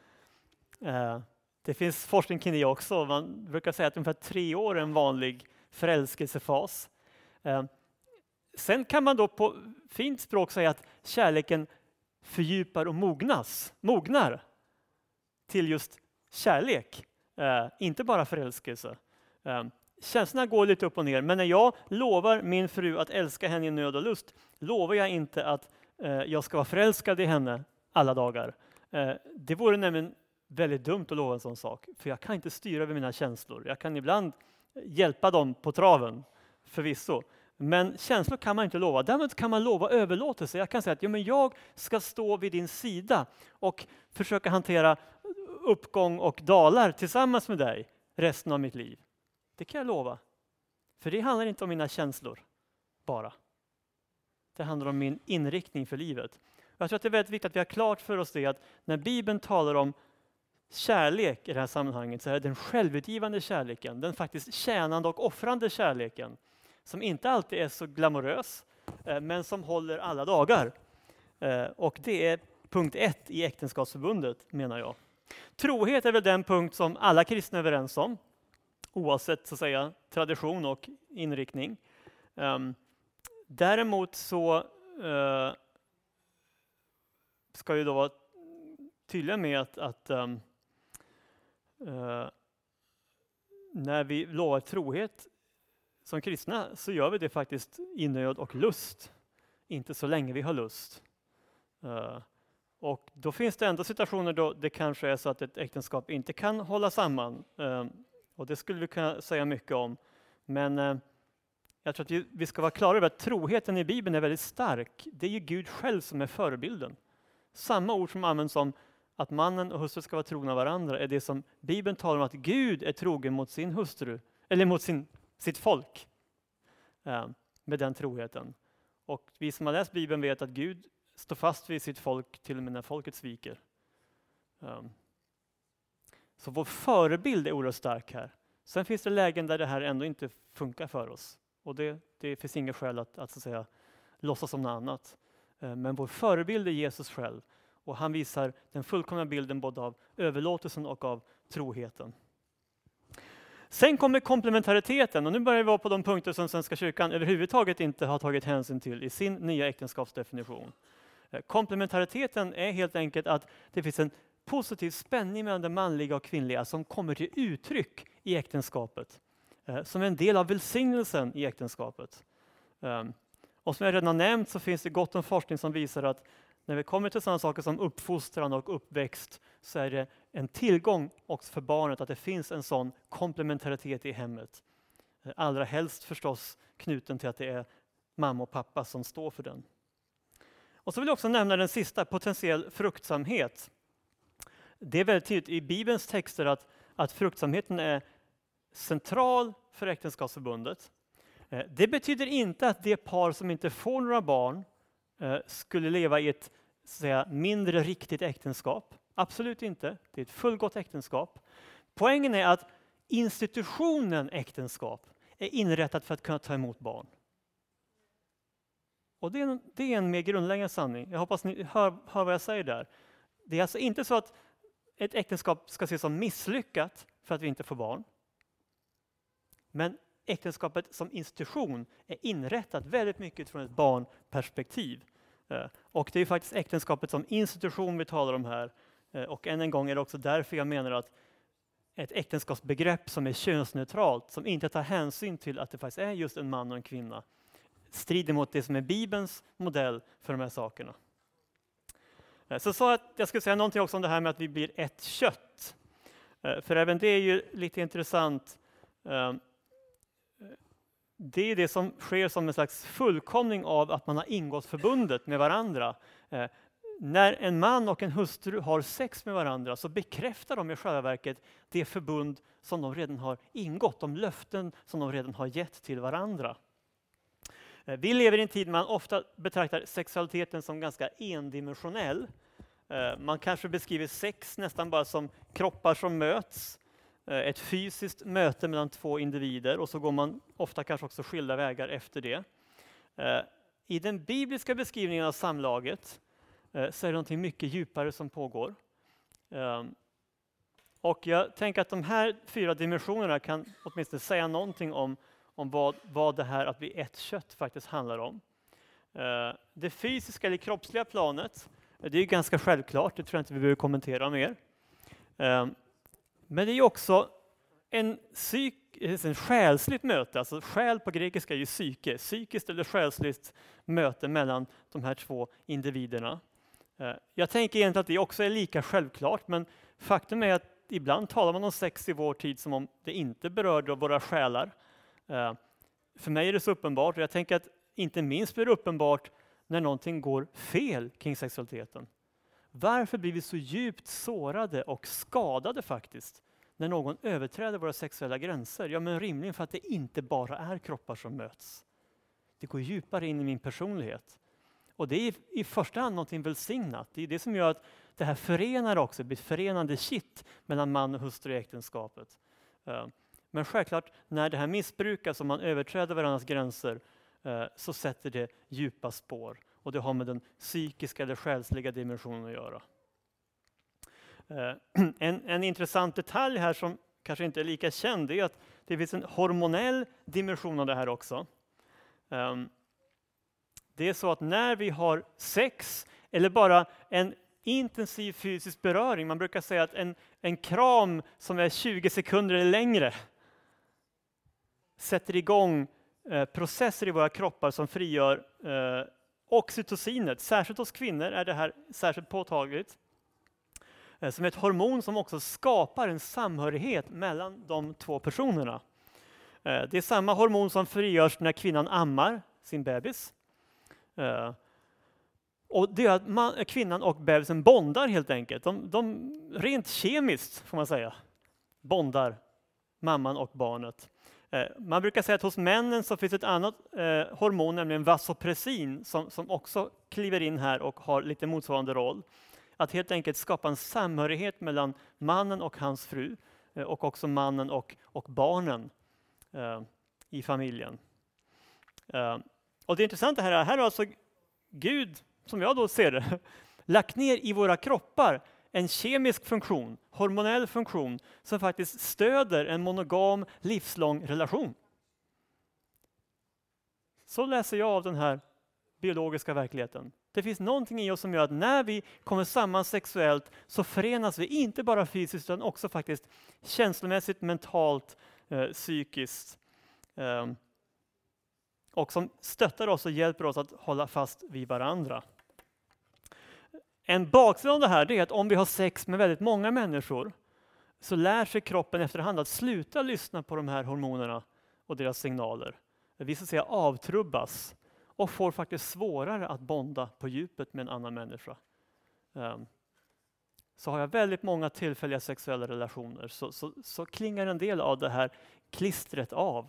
Det finns forskning kring det också. Man brukar säga att ungefär 3 år är en vanlig förälskelsefas. Sen kan man då på fint språk säga att kärleken fördjupar och mognar till just kärlek, inte bara förälskelse. Känslorna går lite upp och ner, men när jag lovar min fru att älska henne i nöd och lust, lovar jag inte att jag ska vara förälskad i henne alla dagar. Det vore nämligen väldigt dumt att lova en sån sak, för jag kan inte styra över mina känslor. Jag kan ibland hjälpa dem på traven, förvisso. Men känslor kan man inte lova. Däremot kan man lova överlåtelse. Jag kan säga att jag ska stå vid din sida och försöka hantera uppgång och dalar tillsammans med dig resten av mitt liv. Det kan jag lova. För det handlar inte om mina känslor bara. Det handlar om min inriktning för livet. Jag tror att det är väldigt viktigt att vi har klart för oss det, att när Bibeln talar om kärlek i det här sammanhanget, så är det den självutgivande kärleken, den faktiskt tjänande och offrande kärleken, som inte alltid är så glamorös, men som håller alla dagar. Och det är punkt 1 i äktenskapsförbundet, menar jag. Trohet är väl den punkt som alla kristna är överens om, oavsett så att säga tradition och inriktning. Däremot så ska ju då vara tydliga med att när vi lovar trohet som kristna, så gör vi det faktiskt i nöd och lust, inte så länge vi har lust. Och då finns det ändå situationer då det kanske är så att ett äktenskap inte kan hålla samman. Och det skulle vi kunna säga mycket om. Men jag tror att vi ska vara klara över att troheten i Bibeln är väldigt stark. Det är ju Gud själv som är förebilden. Samma ord som används om att mannen och hustru ska vara trogna varandra är det som Bibeln talar om att Gud är trogen mot sin hustru, eller mot sitt folk, med den troheten. Och vi som har läst Bibeln vet att Gud står fast vid sitt folk till och med när folket sviker. Så vår förebild är oerhört stark här. Sen finns det lägen där det här ändå inte funkar för oss. Och det finns inga skäl att så att säga låtsas som något annat. Men vår förebild är Jesus själv. Och han visar den fullkomna bilden både av överlåtelsen och av troheten. Sen kommer komplementariteten, och nu börjar vi vara på de punkter som Svenska kyrkan överhuvudtaget inte har tagit hänsyn till i sin nya äktenskapsdefinition. Komplementariteten är helt enkelt att det finns en positiv spänning mellan det manliga och kvinnliga som kommer till uttryck i äktenskapet. Som en del av välsignelsen i äktenskapet. Och som jag redan har nämnt så finns det gott om forskning som visar att när vi kommer till sådana saker som uppfostran och uppväxt, så är det en tillgång också för barnet att det finns en sån komplementaritet i hemmet. Allra helst förstås knuten till att det är mamma och pappa som står för den. Och så vill jag också nämna den sista, potentiell fruktsamhet. Det är väldigt tydligt i Bibelns texter att fruktsamheten är central för äktenskapsförbundet. Det betyder inte att det par som inte får några barn skulle leva i ett så att säga, mindre riktigt äktenskap. Absolut inte. Det är ett fullgott äktenskap. Poängen är att institutionen äktenskap är inrättad för att kunna ta emot barn. Och det är en mer grundläggande sanning. Jag hoppas ni hör vad jag säger där. Det är alltså inte så att ett äktenskap ska ses som misslyckat för att vi inte får barn. Men äktenskapet som institution är inrättat väldigt mycket från ett barnperspektiv. Och det är faktiskt äktenskapet som institution vi talar om här. Och än en gång är det också därför jag menar att ett äktenskapsbegrepp som är könsneutralt, som inte tar hänsyn till att det faktiskt är just en man och en kvinna, strider mot det som är Bibelns modell för de här sakerna. Så sa jag att jag skulle säga någonting också om det här med att vi blir ett kött. För även det är ju lite intressant. Det är det som sker som en slags fullkomning av att man har ingått förbundet med varandra. När en man och en hustru har sex med varandra så bekräftar de i själva verket det förbund som de redan har ingått, de löften som de redan har gett till varandra. Vi lever i en tid man ofta betraktar sexualiteten som ganska endimensionell. Man kanske beskriver sex nästan bara som kroppar som möts. ett fysiskt möte mellan två individer och så går man ofta kanske också skilda vägar efter det. I den bibliska beskrivningen av samlaget så är det någonting mycket djupare som pågår. Och jag tänker att de här 4 dimensionerna kan åtminstone säga någonting om vad det här att bli ett kött faktiskt handlar om. Det fysiska eller kroppsliga planet, det är ganska självklart, det tror jag inte vi behöver kommentera mer. Men det är också en själsligt möte, alltså själ på grekiska är ju psyke, psykiskt eller själsligt möte mellan de här 2 individerna. Jag tänker egentligen att det också är lika självklart, men faktum är att ibland talar man om sex i vår tid som om det inte berörde våra själar. För mig är det så uppenbart, och jag tänker att inte minst blir det uppenbart när någonting går fel kring sexualiteten. Varför blir vi så djupt sårade och skadade faktiskt när någon överträder våra sexuella gränser? Ja, men rimligen för att det inte bara är kroppar som möts. Det går djupare in i min personlighet. Och det är i första hand någonting välsignat. Det är det som gör att det här förenar också, blir ett förenande kitt mellan man och hustru i äktenskapet. Men självklart, när det här missbrukas och man överträder varandras gränser så sätter det djupa spår. Och det har med den psykiska eller själsliga dimensionen att göra. En intressant detalj här som kanske inte är lika känd är att det finns en hormonell dimension av det här också. Det är så att när vi har sex eller bara en intensiv fysisk beröring, man brukar säga att en kram som är 20 sekunder eller längre sätter igång processer i våra kroppar som frigör oxytocinet. Särskilt hos kvinnor är det här särskilt påtagligt. Som är ett hormon som också skapar en samhörighet mellan de 2 personerna. Det är samma hormon som frigörs när kvinnan ammar sin bebis. Och det är att kvinnan och bebisen bondar helt enkelt. De rent kemiskt får man säga bondar mamman och barnet. Man brukar säga att hos männen så finns ett annat hormon, nämligen vasopressin, som också kliver in här och har lite motsvarande roll. Att helt enkelt skapa en samhörighet mellan mannen och hans fru och också mannen och barnen i familjen. Och det intressanta här har alltså Gud, som jag då ser det, lagt ner i våra kroppar en kemisk funktion, hormonell funktion, som faktiskt stöder en monogam livslång relation. Så läser jag av den här biologiska verkligheten. Det finns någonting i oss som gör att när vi kommer samman sexuellt så förenas vi inte bara fysiskt utan också faktiskt känslomässigt, mentalt, psykiskt. Och som stöttar oss och hjälper oss att hålla fast vid varandra. En baksida av det här är att om vi har sex med väldigt många människor så lär sig kroppen efterhand att sluta lyssna på de här hormonerna och deras signaler. Vi så att säga avtrubbas och får faktiskt svårare att bonda på djupet med en annan människa. Så har jag väldigt många tillfälliga sexuella relationer så klingar en del av det här klistret av.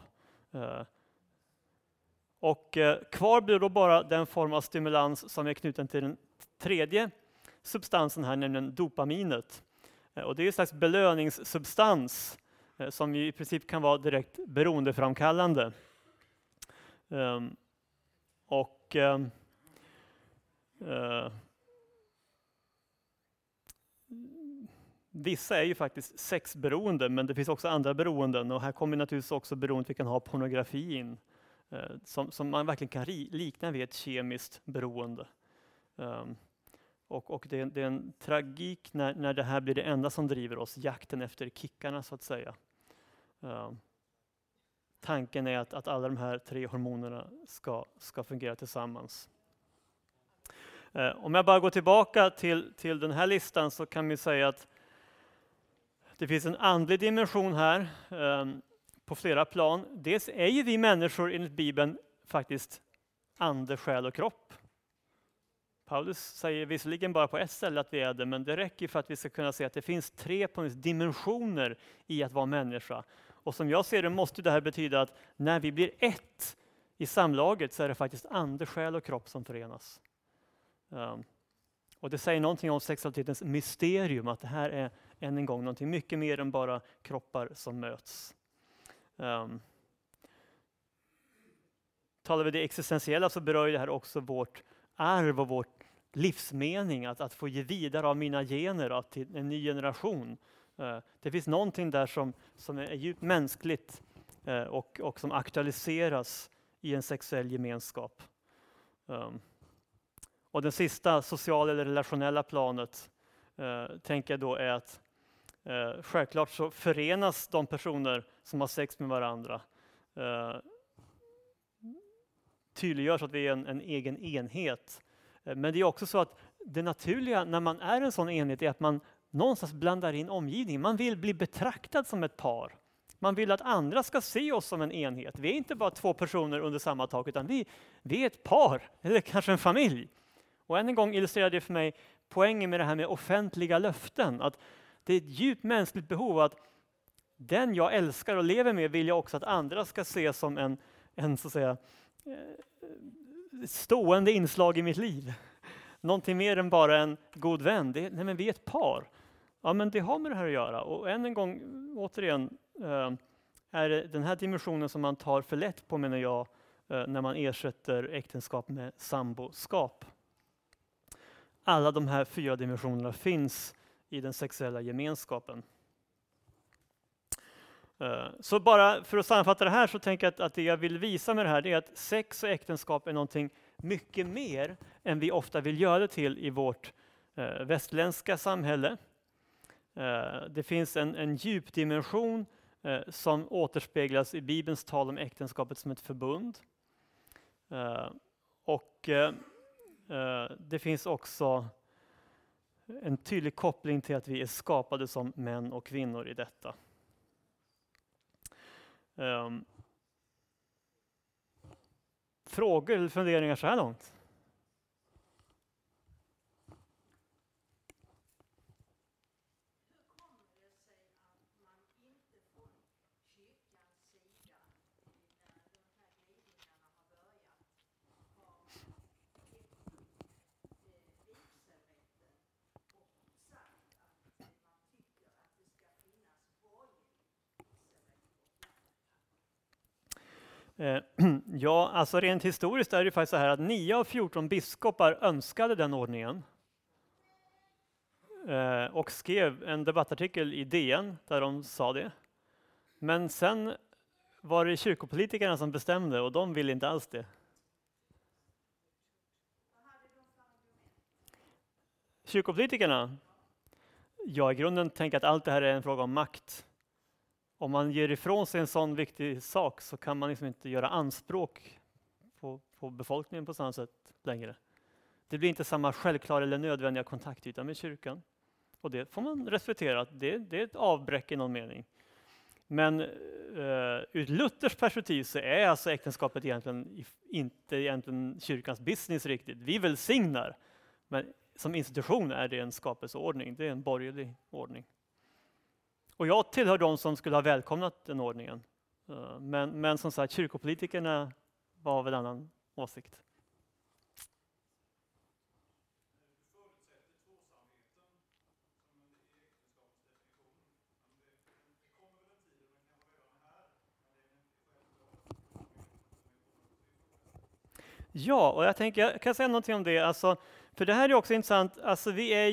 Och kvar blir då bara den form av stimulans som är knuten till den tredje substansen här, nämligen dopaminet. Och det är en slags belöningssubstans som i princip kan vara direkt beroendeframkallande. Vissa är ju faktiskt sexberoende, men det finns också andra beroenden. Och här kommer naturligtvis också beroendet vi kan ha pornografi in. Som man verkligen kan likna vid ett kemiskt beroende. Och det är en tragik när det här blir det enda som driver oss, jakten efter kickarna så att säga. Tanken är att alla de här 3 hormonerna ska fungera tillsammans. Om jag bara går tillbaka till den här listan så kan vi säga att det finns en andlig dimension här på flera plan. Dels är ju vi människor enligt Bibeln faktiskt ande, själ och kropp. Paulus säger visserligen bara på ett ställe att vi är det, men det räcker för att vi ska kunna se att det finns 3 dimensioner i att vara människa. Och som jag ser det måste det här betyda att när vi blir ett i samlaget så är det faktiskt ande, själ och kropp som förenas. Och det säger någonting om sexualitetens mysterium, att det här är än en gång någonting mycket mer än bara kroppar som möts. Talar vi det existentiella så berör det här också vårt arv och vårt livsmening, att få ge vidare av mina gener till en ny generation. Det finns någonting där som är djupt mänskligt och som aktualiseras i en sexuell gemenskap. Och den sista sociala eller relationella planet tänker jag då är att självklart så förenas de personer som har sex med varandra. Tydliggörs att vi är en egen enhet. Men det är också så att det naturliga när man är en sån enhet är att man någonstans blandar in omgivningen. Man vill bli betraktad som ett par. Man vill att andra ska se oss som en enhet. Vi är inte bara två personer under samma tak, utan vi är ett par, eller kanske en familj. Och än en gång illustrerar det för mig poängen med det här med offentliga löften. Att det är ett djupt mänskligt behov att den jag älskar och lever med vill jag också att andra ska se som en så att säga stående inslag i mitt liv. Någonting mer än bara en god vän. Men vi är ett par. Ja, men det har med det här att göra. Och än en gång, återigen, är det den här dimensionen som man tar för lätt på, menar jag, när man ersätter äktenskap med samboskap. Alla de här 4 dimensionerna finns i den sexuella gemenskapen. Så bara för att sammanfatta det här så tänker jag att det jag vill visa med det här är att sex och äktenskap är någonting mycket mer än vi ofta vill göra det till i vårt västerländska samhälle. Det finns en djup dimension som återspeglas i Bibelns tal om äktenskapet som ett förbund. Och det finns också en tydlig koppling till att vi är skapade som män och kvinnor i detta. Frågor eller funderingar så här långt? Ja, alltså rent historiskt är det faktiskt så här att 9 av 14 biskopar önskade den ordningen. Och skrev en debattartikel i DN där de sa det. Men sen var det kyrkopolitikerna som bestämde och de ville inte alls det. Kyrkopolitikerna? Ja, i grunden tänker att allt det här är en fråga om makt. Om man ger ifrån sig en sån viktig sak så kan man liksom inte göra anspråk på befolkningen på samma sätt längre. Det blir inte samma självklara eller nödvändiga kontaktyta med kyrkan. Och det får man respektera, det är ett avbräck i någon mening. Men ur Luthers perspektiv så är alltså äktenskapet inte egentligen kyrkans business riktigt. Vi välsignar, men som institution är det en skapelseordning, det är en borgerlig ordning. Och jag tillhör de som skulle ha välkomnat den ordningen. Men som sagt, kyrkopolitikerna var av en annan åsikt. Ja, och jag kan säga någonting om det. Alltså, för det här är också intressant. Alltså,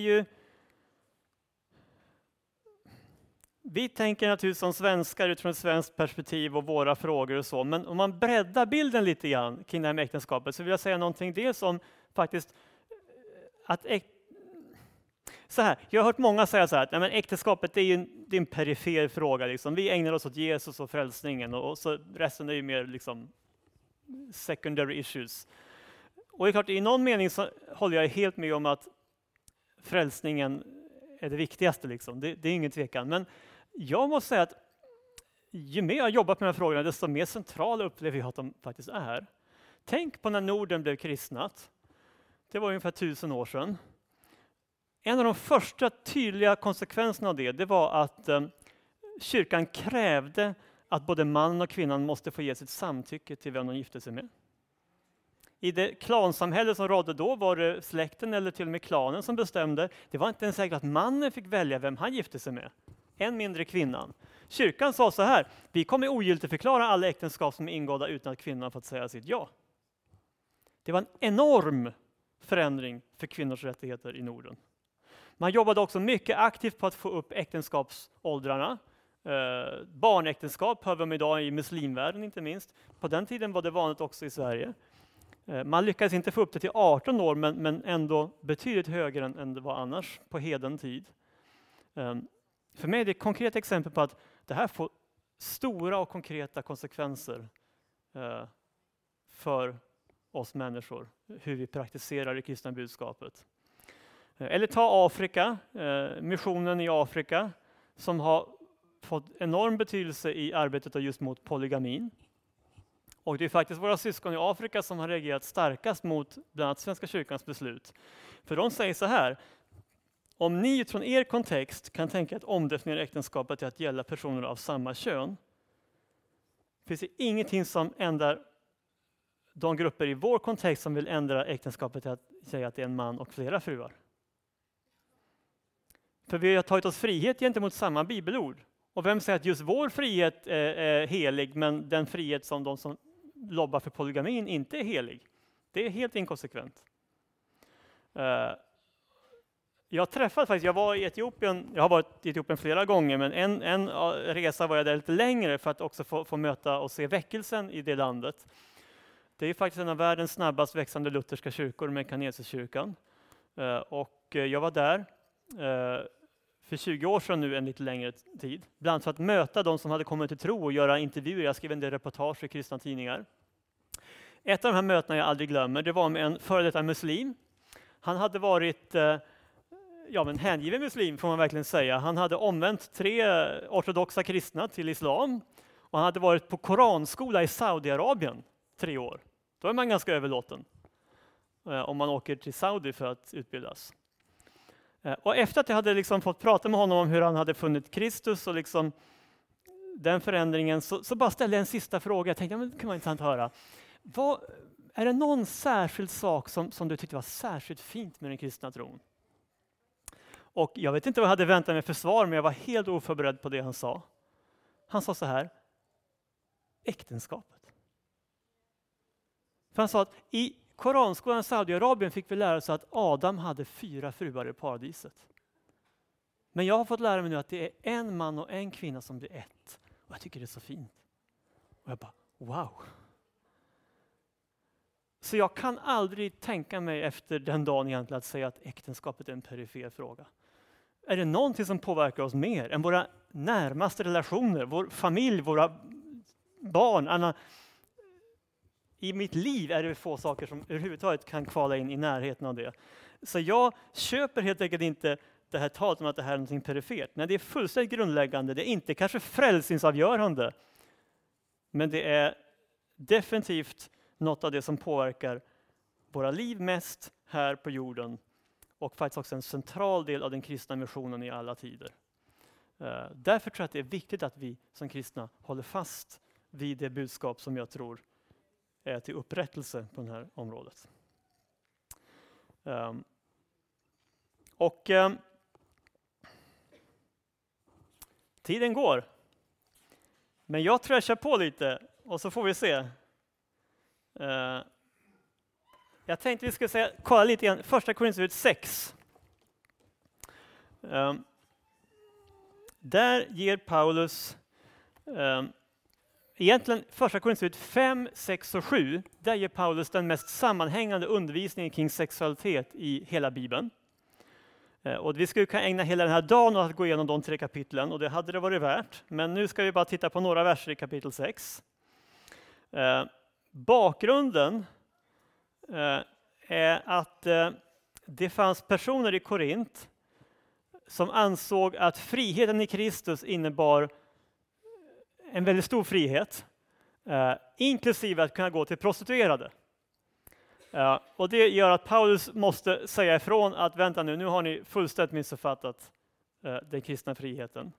vi tänker naturligtvis som svenskar utifrån ett svenskt perspektiv och våra frågor och så. Men om man breddar bilden lite grann kring det här med äktenskapet så vill jag säga någonting dels om faktiskt att så här, jag har hört många säga så här att nej, men äktenskapet det är en perifer fråga. Liksom. Vi ägnar oss åt Jesus och frälsningen och så resten är ju mer liksom secondary issues. Och det är klart, i någon mening så håller jag helt med om att frälsningen är det viktigaste. Liksom. Det är ingen tvekan. Men jag måste säga att ju mer jag jobbat med de här frågorna, desto mer centrala upplever jag att de faktiskt är. Tänk på när Norden blev kristnat. Det var ungefär 1000 år sedan. En av de första tydliga konsekvenserna av det var att kyrkan krävde att både mannen och kvinnan måste få ge sitt samtycke till vem de gifte sig med. I det klansamhälle som rådde då var det släkten eller till och med klanen som bestämde. Det var inte ens säkert att mannen fick välja vem han gifte sig med. Än mindre kvinnan. Kyrkan sa så här: vi kommer ogiltigförklara alla äktenskap som är ingångna utan att kvinnan fått säga sitt ja. Det var en enorm förändring för kvinnors rättigheter i Norden. Man jobbade också mycket aktivt på att få upp äktenskapsåldrarna. Barnäktenskap hör vi om idag i muslimvärlden inte minst. På den tiden var det vanligt också i Sverige. Man lyckades inte få upp det till 18 år men ändå betydligt högre än det var annars på heden tid. För mig är det ett konkret exempel på att det här får stora och konkreta konsekvenser för oss människor, hur vi praktiserar det kristna budskapet. Eller ta Afrika, missionen i Afrika som har fått enorm betydelse i arbetet just mot polygamin. Och det är faktiskt våra syskon i Afrika som har reagerat starkast mot bland annat Svenska kyrkans beslut. För de säger så här: om ni från er kontext kan tänka att omdefiniera äktenskapet till att gälla personer av samma kön, finns det ingenting som ändrar de grupper i vår kontext som vill ändra äktenskapet till att säga att det är en man och flera fruar. För vi har tagit oss frihet gentemot samma bibelord. Och vem säger att just vår frihet är helig, men den frihet som de som lobbar för polygamin inte är helig? Det är helt inkonsekvent. Jag var i Etiopien, jag har varit i Etiopien flera gånger, men en resa var jag där lite längre för att också få möta och se väckelsen i det landet. Det är faktiskt en av världens snabbast växande lutherska kyrkor, Mekanesekyrkan. Och jag var där för 20 år sedan nu, en lite längre tid. Bland annat för att möta de som hade kommit till tro och göra intervjuer. Jag skrev en del reportage i kristna tidningar. Ett av de här mötena jag aldrig glömmer, det var med en före detta muslim. Han hade varit en hängiven muslim får man verkligen säga. Han hade omvänt 3 ortodoxa kristna till islam. Och han hade varit på koranskola i Saudiarabien 3 år. Då är man ganska överlåten om man åker till Saudi för att utbildas. Och efter att jag hade fått prata med honom om hur han hade funnit Kristus och den förändringen, så bara ställde jag en sista fråga. Jag tänkte, det kan vara intressant att höra. Är det någon särskild sak som du tyckte var särskilt fint med den kristna tron? Och jag vet inte vad jag hade väntat mig för svar, men jag var helt oförberedd på det han sa. Han sa så här: äktenskapet. För han sa att i koranskolan i Saudiarabien fick vi lära oss att Adam hade 4 fruar i paradiset. Men jag har fått lära mig nu att det är en man och en kvinna som blir ett. Och jag tycker det är så fint. Och jag bara, wow. Så jag kan aldrig tänka mig efter den dagen egentligen att säga att äktenskapet är en perifer fråga. Är det någonting som påverkar oss mer än våra närmaste relationer, vår familj, våra barn? I mitt liv är det få saker som överhuvudtaget kan kvala in i närheten av det. Så jag köper helt enkelt inte det här talet om att det här är någonting perifert. Nej, det är fullständigt grundläggande. Det är inte kanske frälsningsavgörande. Men det är definitivt något av det som påverkar våra liv mest här på jorden. Och faktiskt också en central del av den kristna missionen i alla tider. Därför tror jag att det är viktigt att vi som kristna håller fast vid det budskap som jag tror är till upprättelse på det här området. Tiden går. Men jag tror jag kör på lite och så får vi se. Jag tänkte vi ska kolla lite igen. Första Korinthierbrevet 6. Där ger Paulus egentligen första Korinthierbrevet 5, 6 och 7. Där ger Paulus den mest sammanhängande undervisningen kring sexualitet i hela Bibeln. Och vi skulle kunna ägna hela den här dagen åt att gå igenom de 3 kapitlen, och det hade det varit värt. Men nu ska vi bara titta på några verser i kapitel 6. Bakgrunden är att det fanns personer i Korint som ansåg att friheten i Kristus innebar en väldigt stor frihet, inklusive att kunna gå till prostituerade. Och det gör att Paulus måste säga ifrån att vänta nu har ni fullständigt missuppfattat den kristna friheten.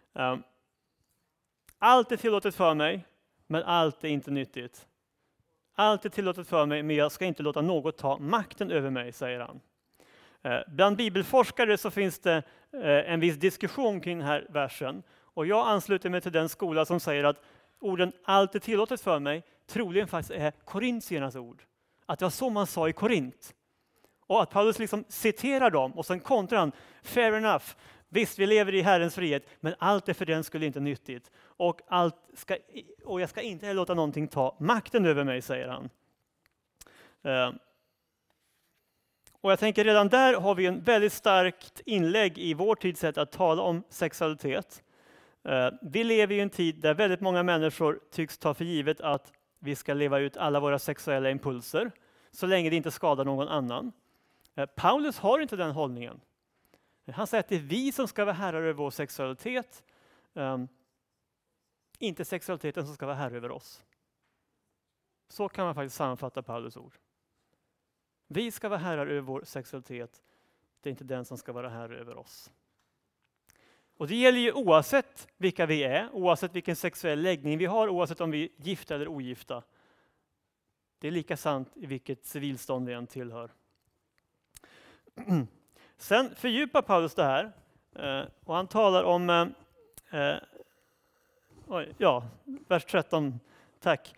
Allt är tillåtet för mig, men allt är inte nyttigt. Allt är tillåtet för mig, men jag ska inte låta något ta makten över mig, säger han. Bland bibelforskare så finns det en viss diskussion kring den här versen. Och jag ansluter mig till den skola som säger att orden allt är tillåtet för mig troligen faktiskt är korintiernas ord. Att det var så man sa i Korint. Och att Paulus liksom citerar dem och sen kontrar han, fair enough, visst vi lever i Herrens frihet, men allt är för den skulle inte nyttigt. Och jag ska inte låta någonting ta makten över mig, säger han. Och jag tänker redan där har vi en väldigt starkt inlägg i vår tids sätt att tala om sexualitet. Vi lever i en tid där väldigt många människor tycks ta för givet att vi ska leva ut alla våra sexuella impulser så länge det inte skadar någon annan. Paulus har inte den hållningen. Han säger att det är vi som ska vara herrar över vår sexualitet, inte sexualiteten som ska vara herre över oss. Så kan man faktiskt sammanfatta Paulus ord. Vi ska vara herrar över vår sexualitet, det är inte den som ska vara herre över oss. Och det gäller ju oavsett vilka vi är, oavsett vilken sexuell läggning vi har, oavsett om vi är gifta eller ogifta. Det är lika sant i vilket civilstånd vi än tillhör. Sen fördjupar Paulus det här och han talar om, vers 13, tack.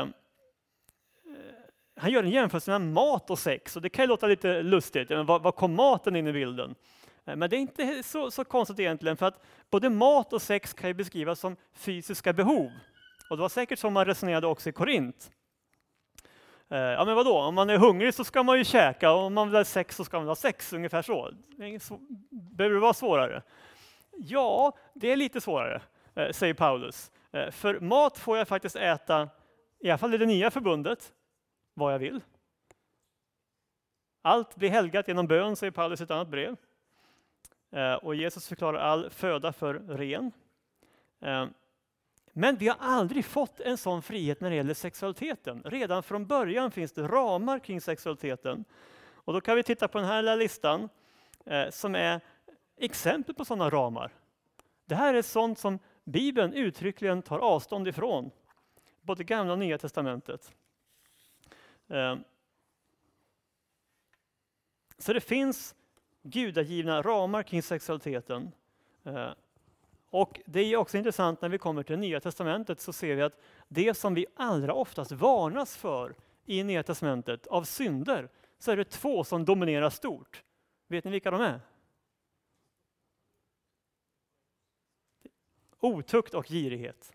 Han gör en jämförelse med mat och sex och det kan ju låta lite lustigt. Vad kom maten in i bilden? Men det är inte så konstigt egentligen, för att både mat och sex kan ju beskrivas som fysiska behov. Och det var säkert så man resonerade också i Korint. Ja men vadå, om man är hungrig så ska man ju käka, och om man vill ha sex så ska man ha sex, ungefär så. Behöver det vara svårare? Ja, det är lite svårare, säger Paulus. För mat får jag faktiskt äta, i alla fall i det nya förbundet, vad jag vill. Allt blir helgat genom bön, säger Paulus i ett annat brev. Och Jesus förklarar all föda för ren. Men vi har aldrig fått en sån frihet när det gäller sexualiteten. Redan från början finns det ramar kring sexualiteten. Och då kan vi titta på den här lilla listan som är exempel på sådana ramar. Det här är sånt som Bibeln uttryckligen tar avstånd ifrån. Både Gamla och Nya testamentet. Så det finns gudagivna ramar kring sexualiteten. Och det är också intressant när vi kommer till det Nya testamentet, så ser vi att det som vi allra oftast varnas för i Nya testamentet av synder, så är det två som dominerar stort. Vet ni vilka de är? Otukt och girighet.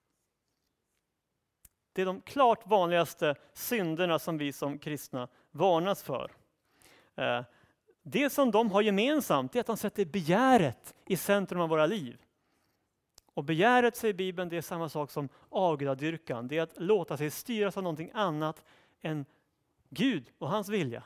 Det är de klart vanligaste synderna som vi som kristna varnas för. Det som de har gemensamt är att de sätter begäret i centrum av våra liv. Och begäret, säger Bibeln, det är samma sak som avgudadyrkan. Det är att låta sig styras av någonting annat än Gud och hans vilja.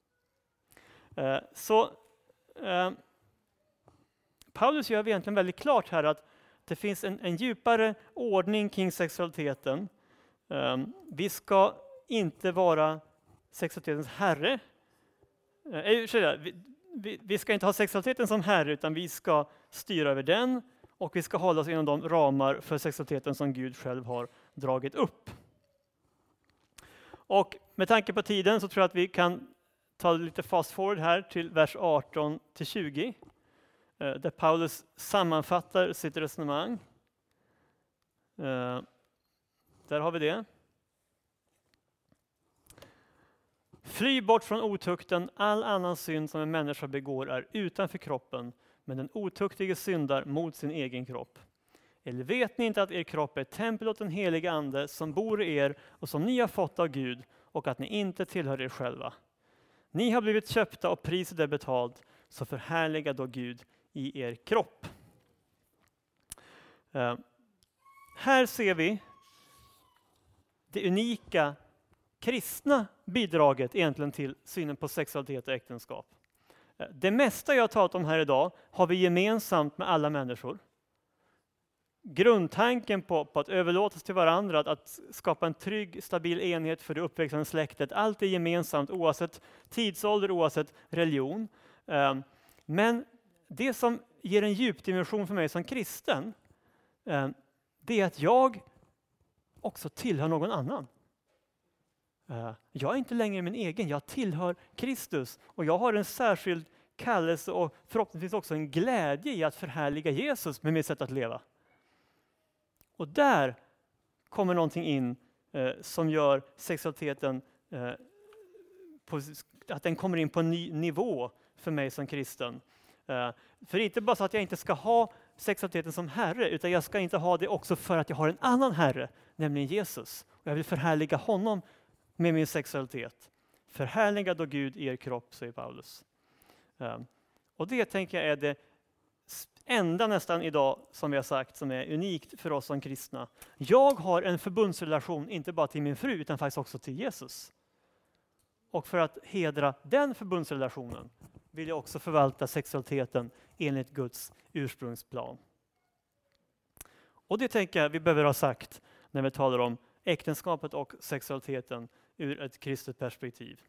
Paulus gör egentligen väldigt klart här att det finns en djupare ordning kring sexualiteten. Vi ska inte vara sexualitetens herre. Vi ska inte ha sexualiteten som herre, utan vi ska styra över den, och vi ska hålla oss inom de ramar för sexualiteten som Gud själv har dragit upp. Och med tanke på tiden så tror jag att vi kan ta lite fast forward här till vers 18-20, där Paulus sammanfattar sitt resonemang. Där har vi det. Fly bort från otukten, all annan synd som en människa begår är utanför kroppen, men den otuktige syndar mot sin egen kropp. Eller vet ni inte att er kropp är ett tempel åt den heliga ande som bor i er och som ni har fått av Gud, och att ni inte tillhör er själva? Ni har blivit köpta och priset är betalt, så förhärliga då Gud i er kropp. Här ser vi det unika kristna bidraget egentligen till synen på sexualitet och äktenskap. Det mesta jag har talat om här idag har vi gemensamt med alla människor. Grundtanken på att överlåtas till varandra, att skapa en trygg, stabil enhet för det uppväxande släktet, allt är gemensamt oavsett tidsålder, oavsett religion. Men det som ger en djupdimension för mig som kristen, det är att jag också tillhör någon annan. Jag är inte längre min egen, jag tillhör Kristus. Och jag har en särskild kallelse och förhoppningsvis också en glädje i att förhärliga Jesus med mitt sätt att leva. Och där kommer någonting in som gör sexualiteten att den kommer in på en ny nivå för mig som kristen. För det är inte bara så att jag inte ska ha sexualiteten som herre, utan jag ska inte ha det också för att jag har en annan herre, nämligen Jesus. Och jag vill förhärliga honom med min sexualitet. Förhärliga då Gud er kropp, säger Paulus. Och det tänker jag är det enda nästan idag som vi har sagt som är unikt för oss som kristna. Jag har en förbundsrelation inte bara till min fru utan faktiskt också till Jesus. Och för att hedra den förbundsrelationen vill jag också förvalta sexualiteten enligt Guds ursprungsplan. Och det tänker jag vi behöver ha sagt när vi talar om äktenskapet och sexualiteten ur ett kristet perspektiv.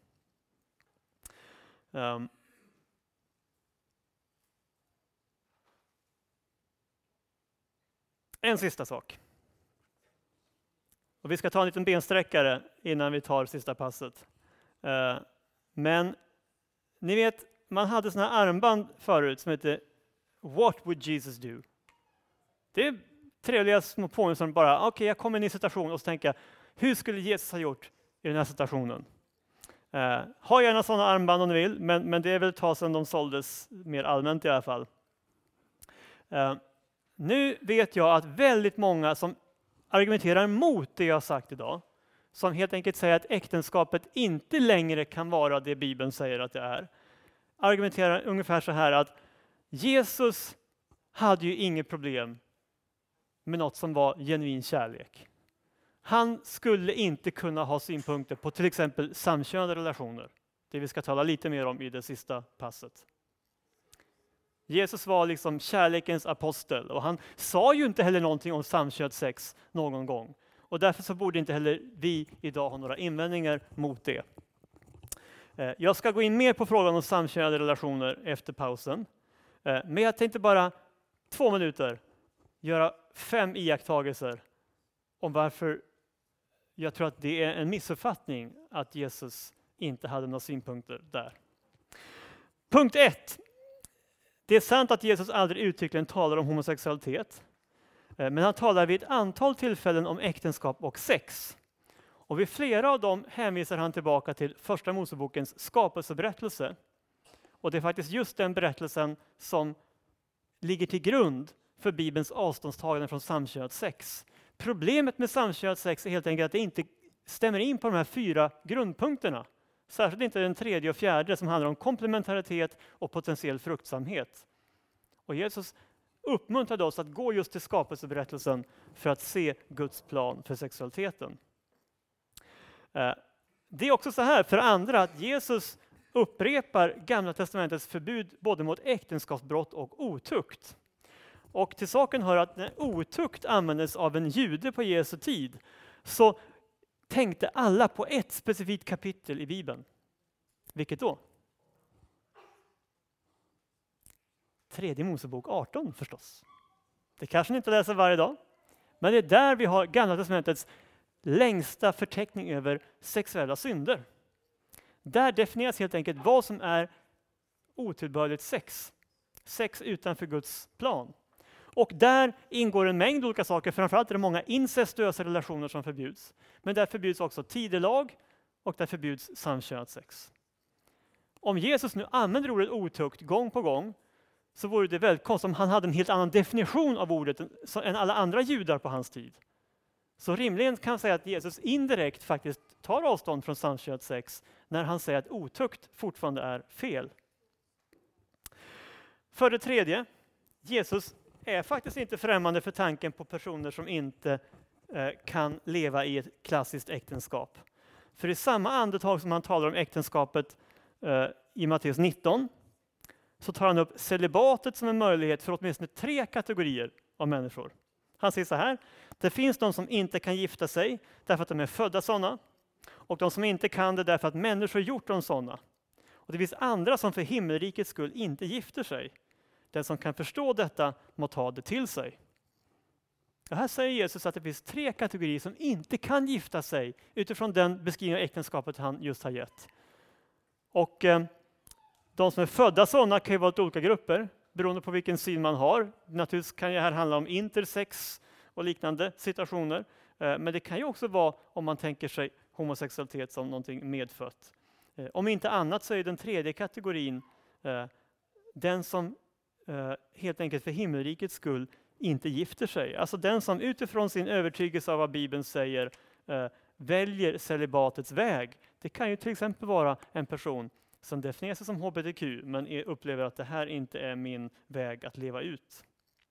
En sista sak. Och vi ska ta en liten bensträckare innan vi tar sista passet. Men ni vet, man hade såna här armband förut som heter What would Jesus do? Det är trevliga små påminnelser som bara, okej, jag kommer in i en situation och så tänker jag, hur skulle Jesus ha gjort i den här situationen? Ha gärna sådana armband om ni vill, men det är väl ett tag sedan de såldes mer allmänt i alla fall. Nu vet jag att väldigt många som argumenterar mot det jag har sagt idag, som helt enkelt säger att äktenskapet inte längre kan vara det Bibeln säger att det är, argumenterar ungefär så här att Jesus hade ju inget problem med något som var genuin kärlek. Han skulle inte kunna ha synpunkter på till exempel samkönade relationer. Det vi ska tala lite mer om i det sista passet. Jesus var liksom kärlekens apostel och han sa ju inte heller någonting om samkönat sex någon gång. Och därför så borde inte heller vi idag ha några invändningar mot det. Jag ska gå in mer på frågan om samkönade relationer efter pausen. Men jag tänkte bara 2 minuter göra 5 iakttagelser om varför jag tror att det är en missuppfattning att Jesus inte hade några synpunkter där. Punkt 1. Det är sant att Jesus aldrig uttryckligen talar om homosexualitet. Men han talar vid ett antal tillfällen om äktenskap och sex. Och vid flera av dem hänvisar han tillbaka till första Mosebokens skapelseberättelse. Och det är faktiskt just den berättelsen som ligger till grund för Bibelns avståndstagande från samkönat sex. Problemet med samkönat sex är helt enkelt att det inte stämmer in på de här 4 grundpunkterna. Särskilt inte den 3:e och 4:e som handlar om komplementaritet och potentiell fruktsamhet. Och Jesus uppmuntrade oss att gå just till skapelseberättelsen för att se Guds plan för sexualiteten. Det är också så här för andra att Jesus upprepar Gamla testamentets förbud både mot äktenskapsbrott och otukt. Och till saken hör att när otukt användes av en jude på Jesu tid så tänkte alla på ett specifikt kapitel i Bibeln. Vilket då? 3:e Mosebok 18 förstås. Det kanske ni inte läser varje dag. Men det är där vi har Gamla testamentets längsta förteckning över sexuella synder. Där definieras helt enkelt vad som är otillbörligt sex. Sex utanför Guds plan. Och där ingår en mängd olika saker. Framförallt är det många incestuösa relationer som förbjuds. Men där förbjuds också tidelag och där förbjuds samkönat sex. Om Jesus nu använder ordet otukt gång på gång så vore det väldigt konstigt om han hade en helt annan definition av ordet än alla andra judar på hans tid. Så rimligen kan man säga att Jesus indirekt faktiskt tar avstånd från samkönat sex när han säger att otukt fortfarande är fel. För det tredje, Jesus är faktiskt inte främmande för tanken på personer som inte kan leva i ett klassiskt äktenskap. För i samma andetag som han talar om äktenskapet i Matteus 19 så tar han upp celibatet som en möjlighet för åtminstone 3 kategorier av människor. Han säger så här: det finns de som inte kan gifta sig därför att de är födda sådana, och de som inte kan det därför att människor gjort dem sådana. Och det finns andra som för himmelrikets skull inte gifter sig. Den som kan förstå detta må ta det till sig. Och här säger Jesus att det finns 3 kategorier som inte kan gifta sig utifrån den beskrivning av äktenskapet han just har gett. Och de som är födda sådana kan ju vara olika grupper beroende på vilken syn man har. Naturligtvis kan det här handla om intersex och liknande situationer. Men det kan ju också vara om man tänker sig homosexualitet som någonting medfött. Om inte annat så är den 3:e kategorin den som helt enkelt för himmelrikets skull inte gifter sig. Alltså den som utifrån sin övertygelse av vad Bibeln säger väljer celibatets väg. Det kan ju till exempel vara en person som definierar sig som hbtq men upplever att det här inte är min väg att leva ut.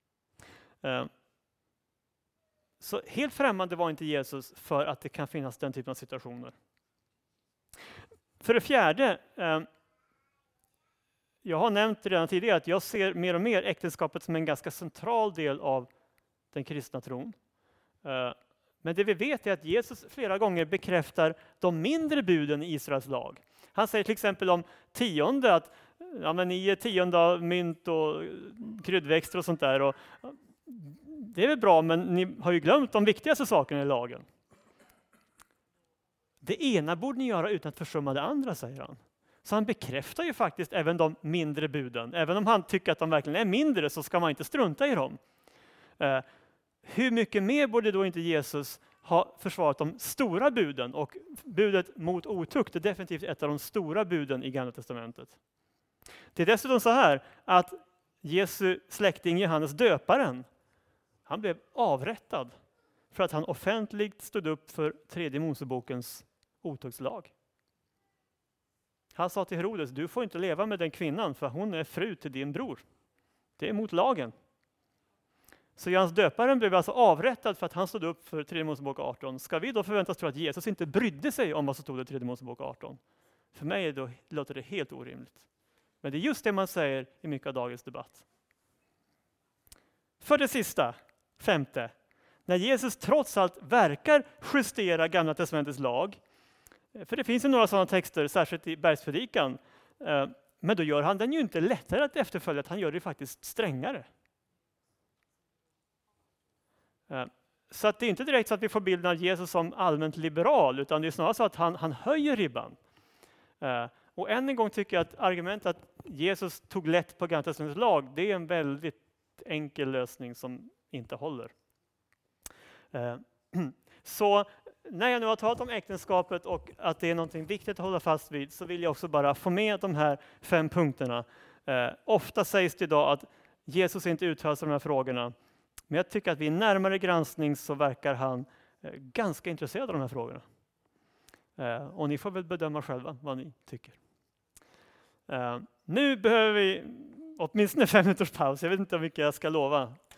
Så helt främmande var inte Jesus för att det kan finnas den typen av situationer. För det 4:e, jag har nämnt redan tidigare att jag ser mer och mer äktenskapet som en ganska central del av den kristna tron. Men det vi vet är att Jesus flera gånger bekräftar de mindre buden i Israels lag. Han säger till exempel om tionde att ni är tionde av mynt och kryddväxter och sånt där. Och det är väl bra, men ni har ju glömt de viktigaste sakerna i lagen. Det ena borde ni göra utan att försumma det andra, säger han. Så han bekräftar ju faktiskt även de mindre buden. Även om han tycker att de verkligen är mindre så ska man inte strunta i dem. Hur mycket mer borde då inte Jesus ha försvarat de stora buden? Och budet mot otukt är definitivt ett av de stora buden i Gamla testamentet. Det är dessutom så här att Jesu släkting Johannes döparen, han blev avrättad för att han offentligt stod upp för 3:e Mosebokens otuktslag. Han sa till Herodes, du får inte leva med den kvinnan för hon är fru till din bror. Det är mot lagen. Så Johannes döparen blev alltså avrättad för att han stod upp för 3:e Mosebok 18. Ska vi då förväntas tro att Jesus inte brydde sig om vad som stod i 3:e Mosebok 18? För mig låter det helt orimligt. Men det är just det man säger i mycket av dagens debatt. För det sista, 5:e. När Jesus trots allt verkar justera Gamla testamentets lag. För det finns ju några sådana texter, särskilt i Bergspredikan. Men då gör han den ju inte lättare att efterfölja, att han gör det faktiskt strängare. Så att det är inte direkt så att vi får bilden av Jesus som allmänt liberal, utan det är snarare så att han höjer ribban. Och än en gång tycker jag att argumentet att Jesus tog lätt på Gamla testamentets lag, det är en väldigt enkel lösning som inte håller. Så när jag nu har talat om äktenskapet och att det är någonting viktigt att hålla fast vid, så vill jag också bara få med de här 5 punkterna. Ofta sägs det idag att Jesus inte uttalar sig om de här frågorna. Men jag tycker att vid närmare granskning så verkar han ganska intresserad av de här frågorna. Och ni får väl bedöma själva vad ni tycker. Nu behöver vi åtminstone 5 minuters paus. Jag vet inte hur mycket jag ska lova.